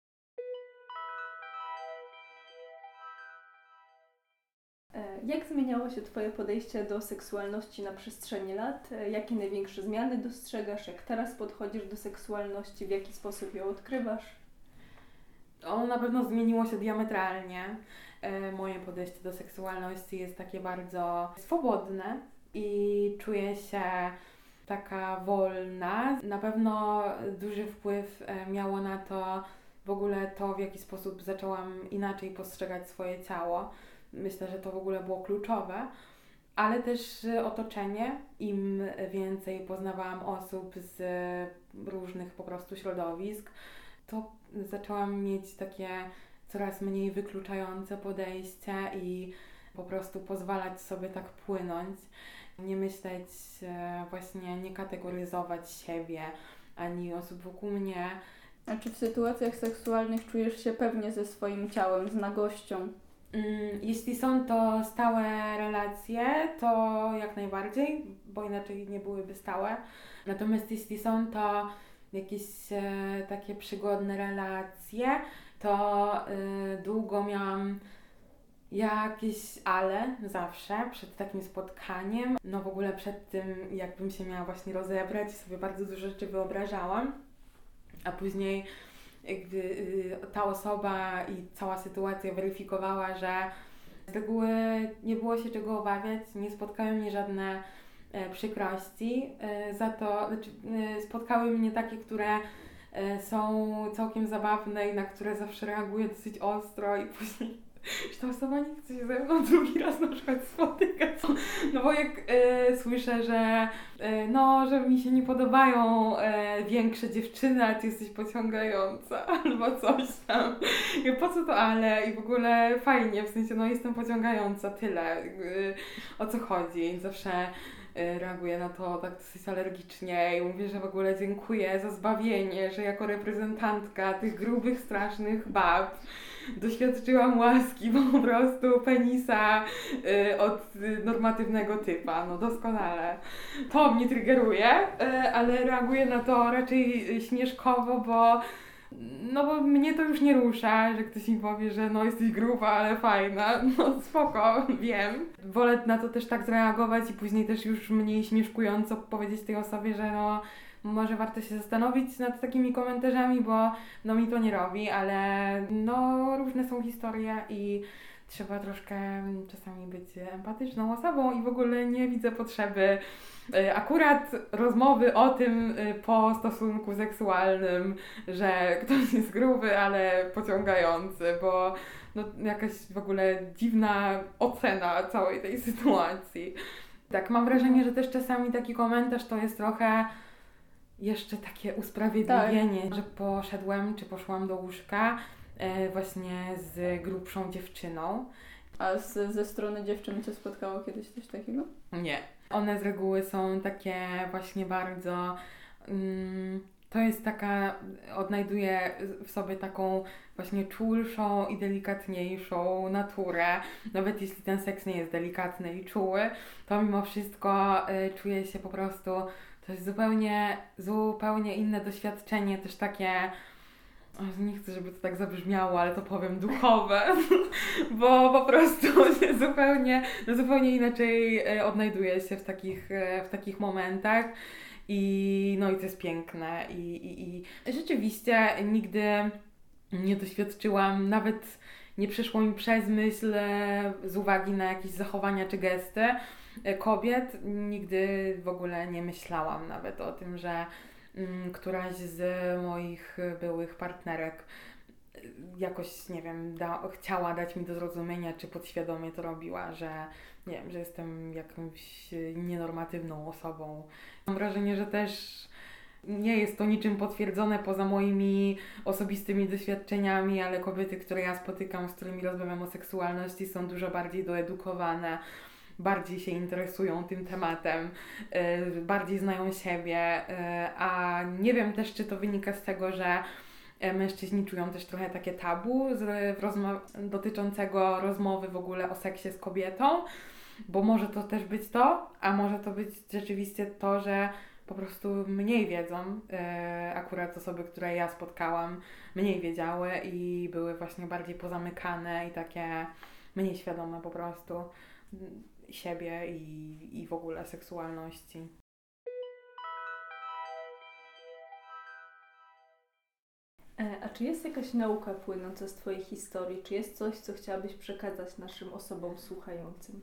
Jak zmieniało się Twoje podejście do seksualności na przestrzeni lat? Jakie największe zmiany dostrzegasz? Jak teraz podchodzisz do seksualności? W jaki sposób ją odkrywasz? Ono na pewno zmieniło się diametralnie. E, moje podejście do seksualności jest takie bardzo swobodne i czuję się taka wolna. Na pewno duży wpływ miało na to w ogóle to, w jaki sposób zaczęłam inaczej postrzegać swoje ciało. Myślę, że to w ogóle było kluczowe, ale też otoczenie. Im więcej poznawałam osób z różnych po prostu środowisk, to zaczęłam mieć takie coraz mniej wykluczające podejście i po prostu pozwalać sobie tak płynąć. Nie myśleć właśnie, nie kategoryzować siebie ani osób wokół mnie. A czy w sytuacjach seksualnych czujesz się pewnie ze swoim ciałem, z nagością? Jeśli są to stałe relacje, to jak najbardziej, bo inaczej nie byłyby stałe. Natomiast jeśli są to jakieś e, takie przygodne relacje, to e, długo miałam jakieś ale zawsze przed takim spotkaniem. No w ogóle przed tym, jakbym się miała właśnie rozebrać, sobie bardzo dużo rzeczy wyobrażałam, a później jakby y, ta osoba i cała sytuacja weryfikowała, że z reguły nie było się czego obawiać, nie spotkały mnie żadne e, przykrości, e, za to znaczy, e, spotkały mnie takie, które e, są całkiem zabawne i na które zawsze reaguję dosyć ostro i później że ta osoba nie chce się ze mną drugi raz na przykład spotykać. No bo jak e, słyszę, że e, no, że mi się nie podobają e, większe dziewczyny, a ty jesteś pociągająca albo coś tam. I po co to ale? I w ogóle fajnie, w sensie no jestem pociągająca, tyle. E, o co chodzi? Zawsze e, reaguję na to tak dosyć alergicznie i mówię, że w ogóle dziękuję za zbawienie, że jako reprezentantka tych grubych, strasznych bab doświadczyłam łaski po prostu penisa y, od y, normatywnego typa, no doskonale. To mnie triggeruje, y, ale reaguję na to raczej śmieszkowo, bo No bo mnie to już nie rusza, że ktoś mi powie, że no jesteś gruba, ale fajna, no spoko, wiem. Wolę na to też tak zareagować i później też już mniej śmieszkująco powiedzieć tej osobie, że no może warto się zastanowić nad takimi komentarzami, bo no mi to nie robi, ale no różne są historie i trzeba troszkę czasami być empatyczną osobą i w ogóle nie widzę potrzeby akurat rozmowy o tym po stosunku seksualnym, że ktoś jest gruby, ale pociągający, bo no jakaś w ogóle dziwna ocena całej tej sytuacji. Tak, mam wrażenie, że też czasami taki komentarz to jest trochę jeszcze takie usprawiedliwienie, tak, że poszedłem czy poszłam do łóżka e, właśnie z grubszą dziewczyną. A z, ze strony dziewczyny Cię spotkało kiedyś coś takiego? Nie. One z reguły są takie właśnie bardzo... Mm, to jest taka... Odnajduje w sobie taką właśnie czulszą i delikatniejszą naturę. Nawet jeśli ten seks nie jest delikatny i czuły, to mimo wszystko y, czuje się po prostu... To jest zupełnie, zupełnie inne doświadczenie, też takie... Nie chcę, żeby to tak zabrzmiało, ale to powiem duchowe, bo po prostu zupełnie, zupełnie inaczej odnajduję się w takich, w takich momentach i no i to jest piękne i, i, i rzeczywiście nigdy nie doświadczyłam, nawet nie przyszło mi przez myśl z uwagi na jakieś zachowania czy gesty kobiet, nigdy w ogóle nie myślałam nawet o tym, że któraś z moich byłych partnerek jakoś, nie wiem, da, chciała dać mi do zrozumienia, czy podświadomie to robiła, że nie wiem, że jestem jakąś nienormatywną osobą. Mam wrażenie, że też nie jest to niczym potwierdzone poza moimi osobistymi doświadczeniami, ale kobiety, które ja spotykam, z którymi rozmawiam o seksualności, są dużo bardziej doedukowane, bardziej się interesują tym tematem, yy, bardziej znają siebie, yy, a nie wiem też, czy to wynika z tego, że mężczyźni czują też trochę takie tabu z, rozma- dotyczącego rozmowy w ogóle o seksie z kobietą, bo może to też być to, a może to być rzeczywiście to, że po prostu mniej wiedzą, yy, akurat osoby, które ja spotkałam, mniej wiedziały i były właśnie bardziej pozamykane i takie mniej świadome po prostu siebie i, i w ogóle seksualności. A czy jest jakaś nauka płynąca z Twojej historii? Czy jest coś, co chciałabyś przekazać naszym osobom słuchającym?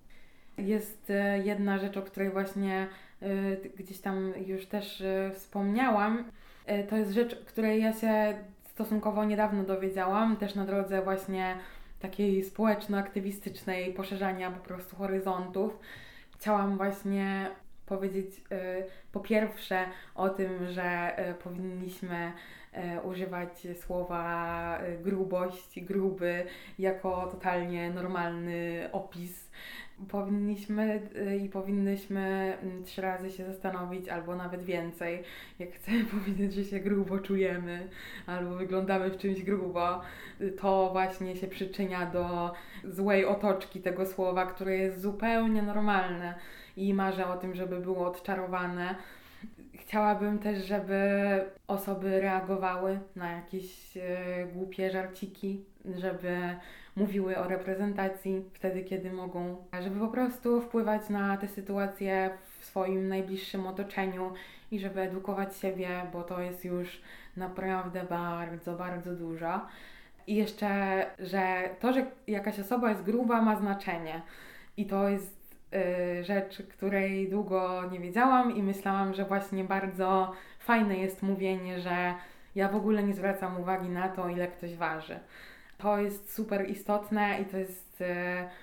Jest jedna rzecz, o której właśnie y, gdzieś tam już też y, wspomniałam. Y, to jest rzecz, której ja się stosunkowo niedawno dowiedziałam, też na drodze właśnie takiej społeczno-aktywistycznej, poszerzania po prostu horyzontów. Chciałam właśnie powiedzieć y, po pierwsze o tym, że y, powinniśmy y, używać słowa y, grubość, gruby jako totalnie normalny opis. Powinniśmy y, i powinnyśmy y, trzy razy się zastanowić, albo nawet więcej, jak chcemy powiedzieć, że się grubo czujemy, albo wyglądamy w czymś grubo, y, to właśnie się przyczynia do złej otoczki tego słowa, które jest zupełnie normalne i marzę o tym, żeby było odczarowane. Chciałabym też, żeby osoby reagowały na jakieś y, głupie żarciki, żeby mówiły o reprezentacji wtedy, kiedy mogą, żeby po prostu wpływać na te sytuacje w swoim najbliższym otoczeniu i żeby edukować siebie, bo to jest już naprawdę bardzo, bardzo dużo. I jeszcze, że to, że jakaś osoba jest gruba, ma znaczenie. I to jest y, rzecz, której długo nie wiedziałam i myślałam, że właśnie bardzo fajne jest mówienie, że ja w ogóle nie zwracam uwagi na to, ile ktoś waży. To jest super istotne i to jest, y,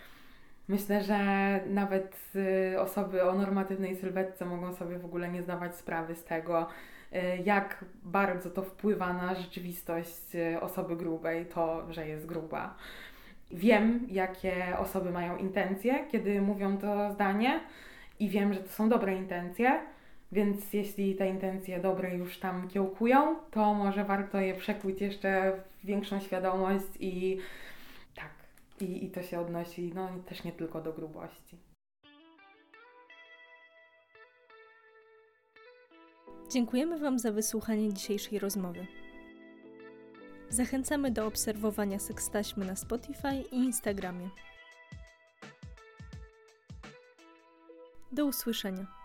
myślę, że nawet y, osoby o normatywnej sylwetce mogą sobie w ogóle nie zdawać sprawy z tego, y, jak bardzo to wpływa na rzeczywistość y, osoby grubej, to, że jest gruba. Wiem, jakie osoby mają intencje, kiedy mówią to zdanie i wiem, że to są dobre intencje, więc jeśli te intencje dobre już tam kiełkują, to może warto je przekuć jeszcze w większą świadomość i tak, i, i to się odnosi no też nie tylko do grubości. Dziękujemy Wam za wysłuchanie dzisiejszej rozmowy. Zachęcamy do obserwowania sekstaśmy na Spotify i Instagramie. Do usłyszenia.